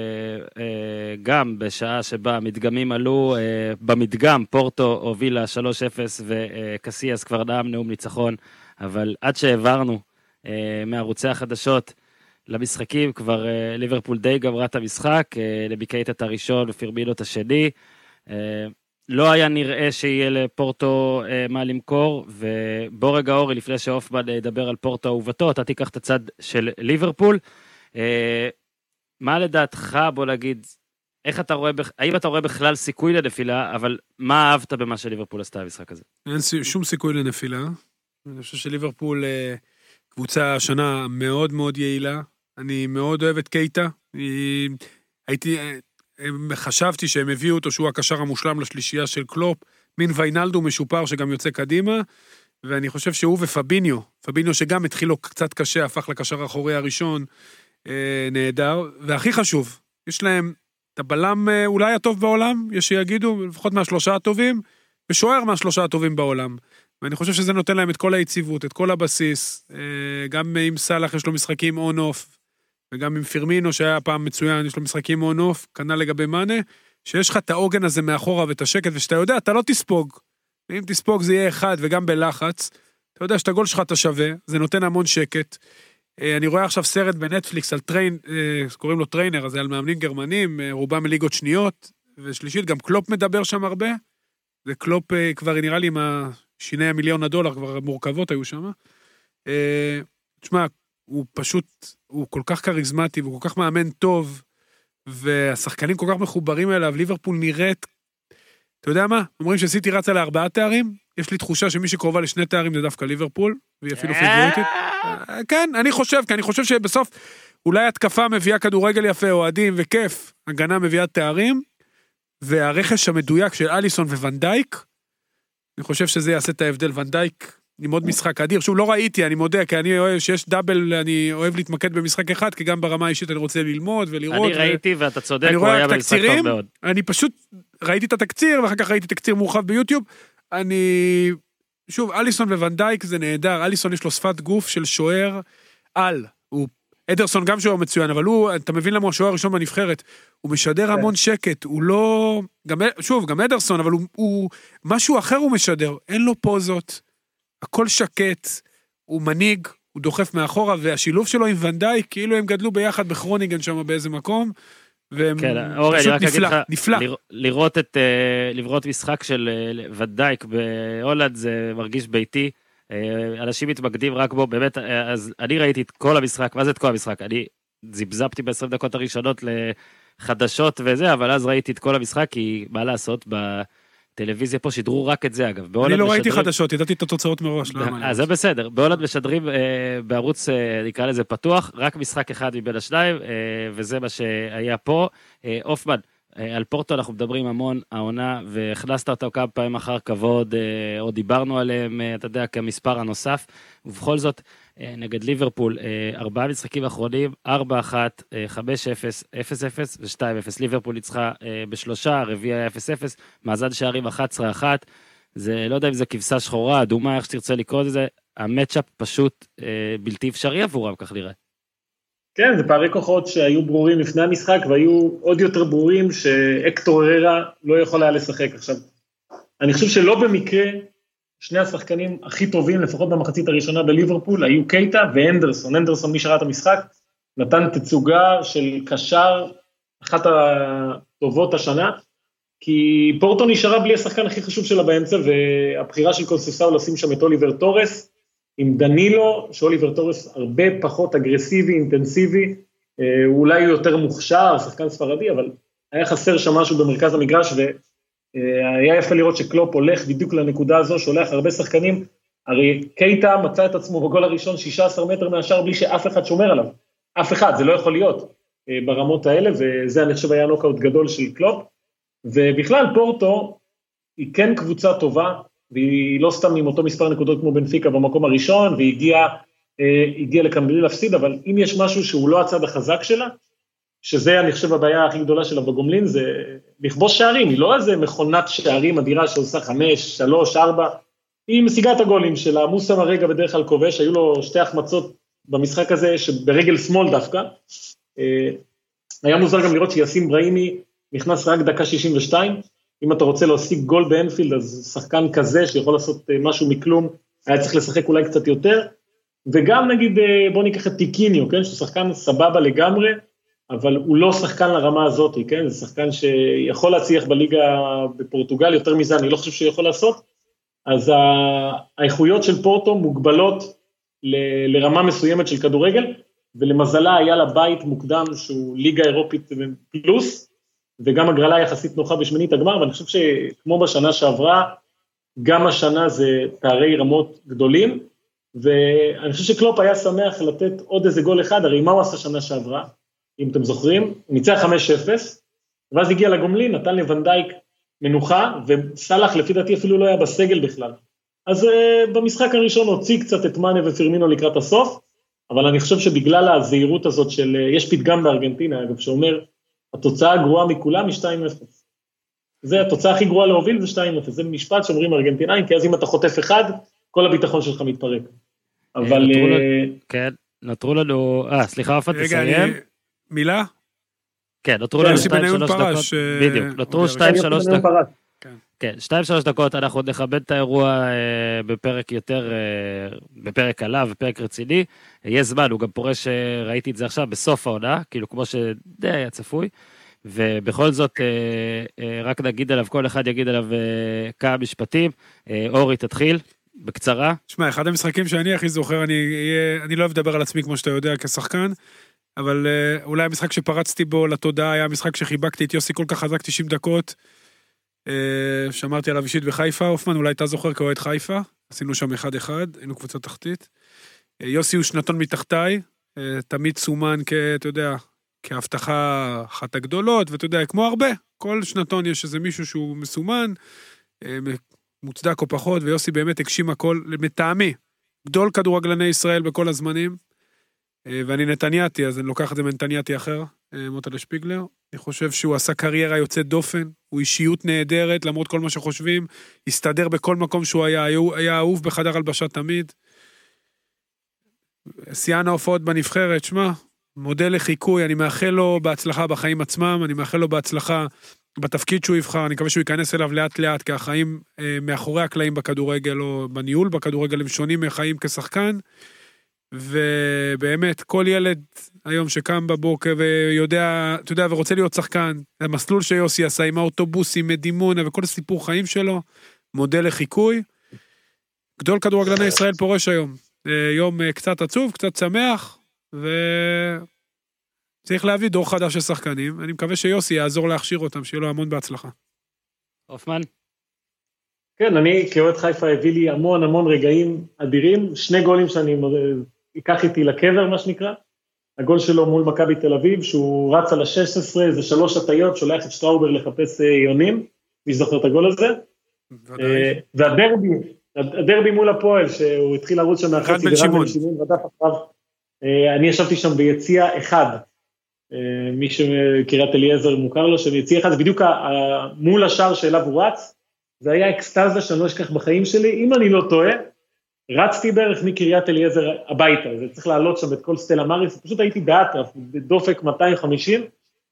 גם בשעה שבה המדגמים עלו, במדגם פורטו הובילה שלוש אפס וקסיאס כבר נאם נאום ניצחון, אבל עד שהעברנו מערוצי החדשות למשחקים, כבר ליברפול די גמרה את המשחק, לביקאית את הראשון ופירמינו את השני, לא היה נראה שיהיה לפורטו מה למכור, ובוא רגע אורי, לפני שאופמן ידבר על פורטו אהובתו, אתה תיקח את הצד של ליברפול, מה לדעתך, בוא נגיד, איך אתה רואה, האם אתה רואה בכלל סיכוי לנפילה, אבל מה אהבת במה שליברפול עשתה במשחק הזה? אין שום סיכוי לנפילה, אני חושב שליברפול קבוצה שנה מאוד מאוד יעילה, אני מאוד אוהב את קייטה, הייתי... חשבתי שהם הביאו אותו שהוא הקשר המושלם לשלישייה של קלופ, מין ויינלדו משופר שגם יוצא קדימה, ואני חושב שהוא ופביניו, פביניו שגם התחיל לו קצת קשה, הפך לקשר האחורי הראשון, אה, נהדר, והכי חשוב, יש להם את הבלם אה, אולי הטוב בעולם, יש שיגידו, לפחות מהשלושה הטובים, ושוער מהשלושה הטובים בעולם, ואני חושב שזה נותן להם את כל היציבות, את כל הבסיס, אה, גם עם סלח יש לו משחקים און-אוף, וגם עם פירמינו שהיה פעם מצוין, יש לו משחקים און-אוף, כנ"ל לגבי מאנה, שיש לך את העוגן הזה מאחורה ואת השקט, ושאתה יודע, אתה לא תספוג, ואם תספוג זה יהיה אחד, וגם בלחץ, אתה יודע שאתה גול שלך אתה שווה, זה נותן המון שקט. אני רואה עכשיו סרט בנטפליקס על טריין, קוראים לו טריינר, אז זה על מאמנים גרמנים, רובם מליגות שניות, ושלישית, גם קלופ מדבר שם הרבה, וקלופ כבר נראה לי עם שיני המיליון הדולר, כבר מורכבות היו שם. תשמע, הוא פשוט, הוא כל כך קריזמטי, והוא כל כך מאמן טוב, והשחקנים כל כך מחוברים אליו, ליברפול נראית, אתה יודע מה? אומרים שסיטי רצה לארבעה תארים, יש לי תחושה שמי שקרובה לשני תארים זה דווקא ליברפול, והיא אפילו פיבוריטית. כן, אני חושב, כי אני חושב שבסוף, אולי התקפה מביאה כדורגל יפה, אוהדים וכיף, הגנה מביאה תארים, והרכש המדויק של אליסון וונדייק, אני חושב שזה יעשה את ההבדל, וונדייק, עם עוד משחק אדיר, שוב לא ראיתי, אני מודה, כי אני אוהב שיש דאבל, אני אוהב להתמקד במשחק אחד, כי גם ברמה האישית אני רוצה ללמוד ולראות. אני ראיתי ואתה צודק, הוא היה במשחק טוב מאוד. אני פשוט ראיתי את התקציר, ואחר כך ראיתי תקציר מורחב ביוטיוב, אני, שוב, אליסון וונדייק זה נהדר, אליסון יש לו שפת גוף של שוער על, הוא אדרסון גם שוער מצוין, אבל הוא, אתה מבין למה השוער הראשון בנבחרת, הוא משדר המון שקט, הוא לא, גם, שוב, גם אדרסון, אבל הוא, הוא, משהו אחר הוא משדר, אין לו פוזות, הכל שקט, הוא מנהיג, הוא דוחף מאחורה, והשילוב שלו עם ונדאי, כאילו הם גדלו ביחד בכרוניגן שם באיזה מקום, והם כן, אורי, פשוט אני רק נפלא, אגיד לך, נפלא. לראות, לראות את, לראות משחק של ונדייק בהולנד, זה מרגיש ביתי, אנשים מתמקדים רק בו, באמת, אז אני ראיתי את כל המשחק, מה זה את כל המשחק? אני זיבזבתי ב-עשרים דקות הראשונות לחדשות וזה, אבל אז ראיתי את כל המשחק, כי מה לעשות, בטלוויזיה פה שידרו רק את זה, אגב. אני לא ראיתי חדשות, ידעתי את התוצאות מראש. אז זה בסדר, בהולנד משדרים בערוץ, נקרא לזה פתוח, רק משחק אחד מבין השניים, וזה מה שהיה פה. אופמן, על פורטו אנחנו מדברים המון, העונה, והכנסת אותו כמה פעמים אחר כבוד, או דיברנו עליהם, אתה יודע, כמספר הנוסף, ובכל זאת, נגד ליברפול, ארבעה משחקים אחרונים, ארבע אחת, חמש אפס, אפס אפס ו-שתיים אפס. ליברפול ניצחה בשלושה, רביעי היה אפס אפס, מאזן שערים אחת עשרה אחת, זה, לא יודע אם זה כבשה שחורה, אדומה, איך שתרצה לקרוא את זה, המאצ'אפ פשוט בלתי אפשרי עבורם, כך נראה. כן, זה פערי כוחות שהיו ברורים לפני המשחק, והיו עוד יותר ברורים שאקטור הררה לא יכול היה לשחק. עכשיו, אני חושב שלא במקרה, שני השחקנים הכי טובים, לפחות במחצית הראשונה בליברפול, היו קייטה ואנדרסון. אנדרסון, מי שראה את המשחק, נתן תצוגה של קשר, אחת הטובות השנה, כי פורטו נשארה בלי השחקן הכי חשוב שלה באמצע, והבחירה של קונססאו לשים שם את אוליבר טורס, עם דנילו, שאוליבר טורס הרבה פחות אגרסיבי, אינטנסיבי, הוא אולי יותר מוכשר, שחקן ספרדי, אבל היה חסר שם משהו במרכז המגרש, והיה יפה לראות שקלופ הולך בדיוק לנקודה הזו, שולח הרבה שחקנים, הרי קייטה מצא את עצמו בגול הראשון שישה עשר מטר מהשאר, בלי שאף אחד שומר עליו, אף אחד, זה לא יכול להיות ברמות האלה, וזה אני חושב היה נוקאוט גדול של קלופ, ובכלל פורטו היא כן קבוצה טובה, והיא לא סתם עם אותו מספר נקודות כמו בנפיקה במקום הראשון, והיא הגיעה, הגיעה לכאן בלי להפסיד, אבל אם יש משהו שהוא לא הצד החזק שלה, שזה אני חושב הבעיה הכי גדולה שלה בגומלין, זה לכבוש שערים, היא לא איזה מכונת שערים אדירה שעושה חמש, שלוש, ארבע, היא משיגה את הגולים שלה, מוסם הרגע בדרך כלל כובש, היו לו שתי החמצות במשחק הזה, שברגל שמאל דווקא, היה מוזר גם לראות שיאסין בראימי נכנס רק דקה שישים ושתיים, אם אתה רוצה להשיג גול באנפילד, אז שחקן כזה שיכול לעשות משהו מכלום, היה צריך לשחק אולי קצת יותר, וגם נגיד, בוא ניקח את טיקיניו, כן, שהוא שחקן סבבה לגמרי, אבל הוא לא שחקן לרמה הזאת, כן, זה שחקן שיכול להצליח בליגה בפורטוגל, יותר מזה אני לא חושב שיכול לעשות, אז האיכויות של פורטו מוגבלות ל- לרמה מסוימת של כדורגל, ולמזלה היה לה בית מוקדם שהוא ליגה אירופית פלוס, וגם הגרלה יחסית נוחה בשמינית הגמר, ואני חושב שכמו בשנה שעברה, גם השנה זה פערי רמות גדולים, ואני חושב שקלופ היה שמח לתת עוד איזה גול אחד, הרי מה הוא עשה שנה שעברה, אם אתם זוכרים, הוא ניצח חמש אפס, ואז הגיע לגומלין, נתן לוונדייק מנוחה, וסלח לפי דעתי אפילו לא היה בסגל בכלל. אז uh, במשחק הראשון הוציא קצת את מאנה ופירמינו לקראת הסוף, אבל אני חושב שבגלל הזהירות הזאת של, uh, יש פתגם בארגנטינה, אגב, שאומר, התוצאה הגרועה מכולם היא שתיים אפס. זה התוצאה הכי גרועה להוביל, זה שתיים אפס. זה משפט שאומרים ארגנטינאים, כי אז אם אתה חוטף אחד, כל הביטחון שלך מתפרק. אבל... כן, נותרו לנו... אה, סליחה, אופן, תסיים. מילה? כן, נותרו לנו שתיים שלוש דקות. בדיוק, נותרו שתיים שלוש דקות. כן, שתיים שלוש דקות, אנחנו עוד נכבד את האירוע בפרק יותר, בפרק עליו, בפרק רציני. יהיה זמן, הוא גם פורש, ראיתי את זה עכשיו, בסוף העונה, כאילו כמו שדי היה צפוי, ובכל זאת, רק נגיד עליו, כל אחד יגיד עליו כמה משפטים. אורי, תתחיל, בקצרה. שמע, אחד המשחקים שאני הכי זוכר, אני, אני לא אדבר על עצמי כמו שאתה יודע כשחקן, אבל אולי המשחק שפרצתי בו לתודעה, היה המשחק שחיבקתי את יוסי כל כך חזק תשעים דקות, שמרתי עליו אישית בחיפה, אופמן, אולי אתה זוכר כאוהד חיפה, עשינו שם אחד אחד, היינו קבוצה תחתית, יוסי הוא שנתון מתחתיי, תמיד סומן כ, אתה יודע, כהבטחה אחת הגדולות, ואתה יודע, כמו הרבה, כל שנתון יש איזה מישהו שהוא מסומן, מוצדק או פחות, ויוסי באמת הגשים הכל, מטעמי, גדול כדורגלני ישראל בכל הזמנים, ואני נתניאתי, אז אני לוקח את זה מנתניאתי אחר, מוטל שפיגלר, אני חושב שהוא עשה קריירה יוצאת דופן, הוא אישיות נהדרת, למרות כל מה שחושבים, הסתדר בכל מקום שהוא היה, היה אהוב בחדר הלבשה תמיד, סייען ההופעות בנבחרת, שמה, מודל לחיקוי, אני מאחל לו בהצלחה בחיים עצמם, אני מאחל לו בהצלחה בתפקיד שהוא יבחר, אני מקווה שהוא ייכנס אליו לאט לאט, כי החיים אה, מאחורי הקלעים בכדורגל, או בניהול בכדורגל, הם שונים מחיים כשחקן, ובאמת, כל ילד היום שקם בבוקר ויודע, אתה יודע, ורוצה להיות שחקן, המסלול שיוסי עשה עם האוטובוסים, מדימונה, וכל סיפור חיים שלו, מודל לחיקוי, גדול כדורגלני ישראל פורש היום, יום קצת עצוב, קצת שמח, וצריך להביא דור חדש של שחקנים, אני מקווה שיוסי יעזור להכשיר אותם, שיהיה לו המון בהצלחה. אופמן? כן, אני כאוהד חיפה הביא לי המון המון רגעים אדירים, שני גולים שאני אקח איתי לקבר, מה שנקרא, הגול שלו מול מכבי תל אביב, שהוא רץ על ה-שש עשרה, זה שלוש הטיות, שולח את שטראובר לחפש יונים, מי זוכר את הגול הזה? והדרבי, הדרבי מול הפועל, שהוא התחיל לרוץ שם מהחצי, בן שמעון, רדף אחריו, אני ישבתי שם ביציע אחד, מי שקריית אליעזר מוכר לו, שביציע אחד, זה בדיוק מול השער שאליו הוא רץ, זה היה אקסטאזה שאני לא אשכח בחיים שלי, אם אני לא טועה, רצתי בערך מקריית אליעזר הביתה, זה צריך לעלות שם את כל סטלה מריס, פשוט הייתי באטרף, בדופק מאתיים וחמישים,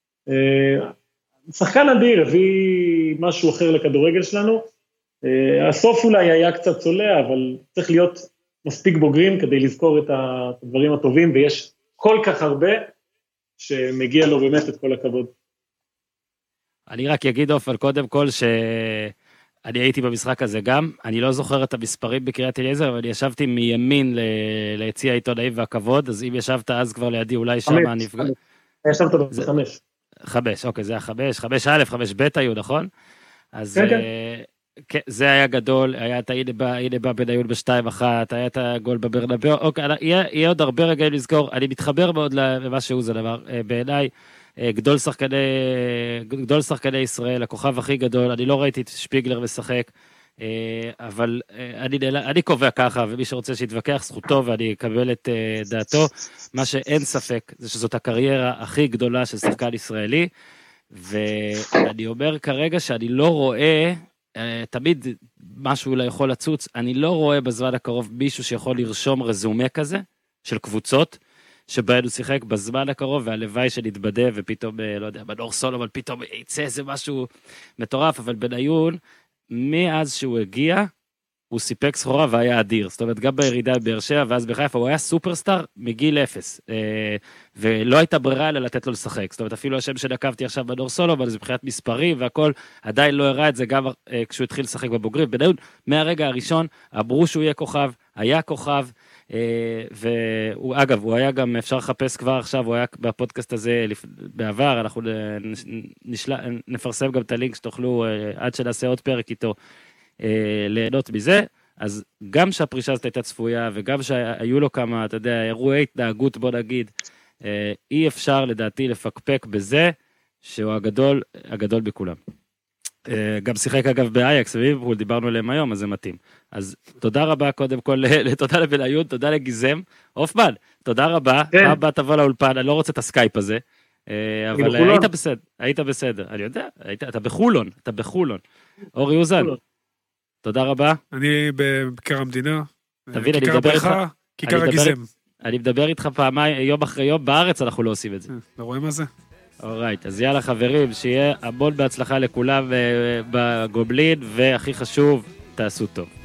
שחקן אדיר, הביא משהו אחר לכדורגל שלנו, הסוף אולי היה קצת צולע, אבל צריך להיות מספיק בוגרים כדי לזכור את הדברים הטובים, ויש כל כך הרבה שמגיע לו באמת את כל הכבוד. אני רק אגיד אופן, קודם כל ש... אני הייתי במשחק הזה גם, אני לא זוכר את המספרים בקריית אליעזר, אבל ישבתי מימין ל... ליציע העיתונאים והכבוד, אז אם ישבת אז כבר לידי, אולי שם נפגע... ישבת בחמש. חמש, אוקיי, זה היה חמש, חמש א', חמש ב' היו, נכון? אז כן, זה היה גדול, היה את הנה בא בניון בשתיים אחת, היה את הגול בברנבאו, אוקיי, יהיה עוד הרבה רגעים לזכור, אני מתחבר מאוד למה שהוא זה דבר, בעיניי, גדול שחקני, גדול שחקני ישראל, הכוכב הכי גדול, אני לא ראיתי את שפיגלר משחק, אבל אני, אני קובע ככה, ומי שרוצה שיתווכח זכותו, ואני אקבל את דעתו, מה שאין ספק, זה שזאת הקריירה הכי גדולה של שחקן ישראלי, ואני אומר כרגע שאני לא רואה, תמיד משהו לא יכול לצוץ, אני לא רואה בזמן הקרוב מישהו שיכול לרשום רזומה כזה, של קבוצות, שבהן הוא שיחק בזמן הקרוב, והלוואי שנתבדה, ופתאום, לא יודע, בנור סולומון, פתאום יצא איזה משהו מטורף, אבל בניון, מאז שהוא הגיע, הוא סיפק סחורה והיה אדיר, זאת אומרת, גם בירידה בבאר שבע, ואז בחיפה, הוא היה סופרסטאר מגיל אפס, ולא הייתה ברירה אלא לתת לו לשחק, זאת אומרת, אפילו השם שנקבתי עכשיו בנור סולומון, זה מבחינת מספרים והכל, עדיין לא הראה את זה, גם כשהוא התחיל לשחק בבוגרים, בניון, מהרגע הראשון, אמרו שהוא יהיה כוכב, היה כוכב, והוא, אגב, הוא היה גם, אפשר לחפש כבר עכשיו, הוא היה בפודקאסט הזה בעבר, אנחנו נשלה, נפרסם גם את הלינק שתוכלו, עד שנעשה עוד פרק איתו, ליהנות מזה, אז גם שהפרישה הזאת הייתה צפויה, וגם שהיו לו כמה, אתה יודע, אירועי התנהגות, בוא נגיד, אי אפשר לדעתי לפקפק בזה, שהוא הגדול, הגדול בכולם. גם שיחק אגב באייקס, וליברפול, דיברנו עליהם היום, אז זה מתאים. אז תודה רבה קודם כל, תודה לבניון, תודה לגיזם. אופמן, תודה רבה, פעם הבאה תבוא לאולפן, אני לא רוצה את הסקייפ הזה, אבל היית בסדר, היית בסדר, אני יודע, אתה בחולון, אתה בחולון. אורי אוזן, תודה רבה. אני בכיכר המדינה, תבין, אני כיכר מדבר איתך, הברכה, כיכר הגיזם. אני מדבר איתך פעמיים, יום אחרי יום, בארץ אנחנו לא עושים את זה. אתה רואה מה זה? אורייט, אז יאללה חברים, שיהיה המון בהצלחה לכולם בגובלין, והכי חשוב, תעשו טוב.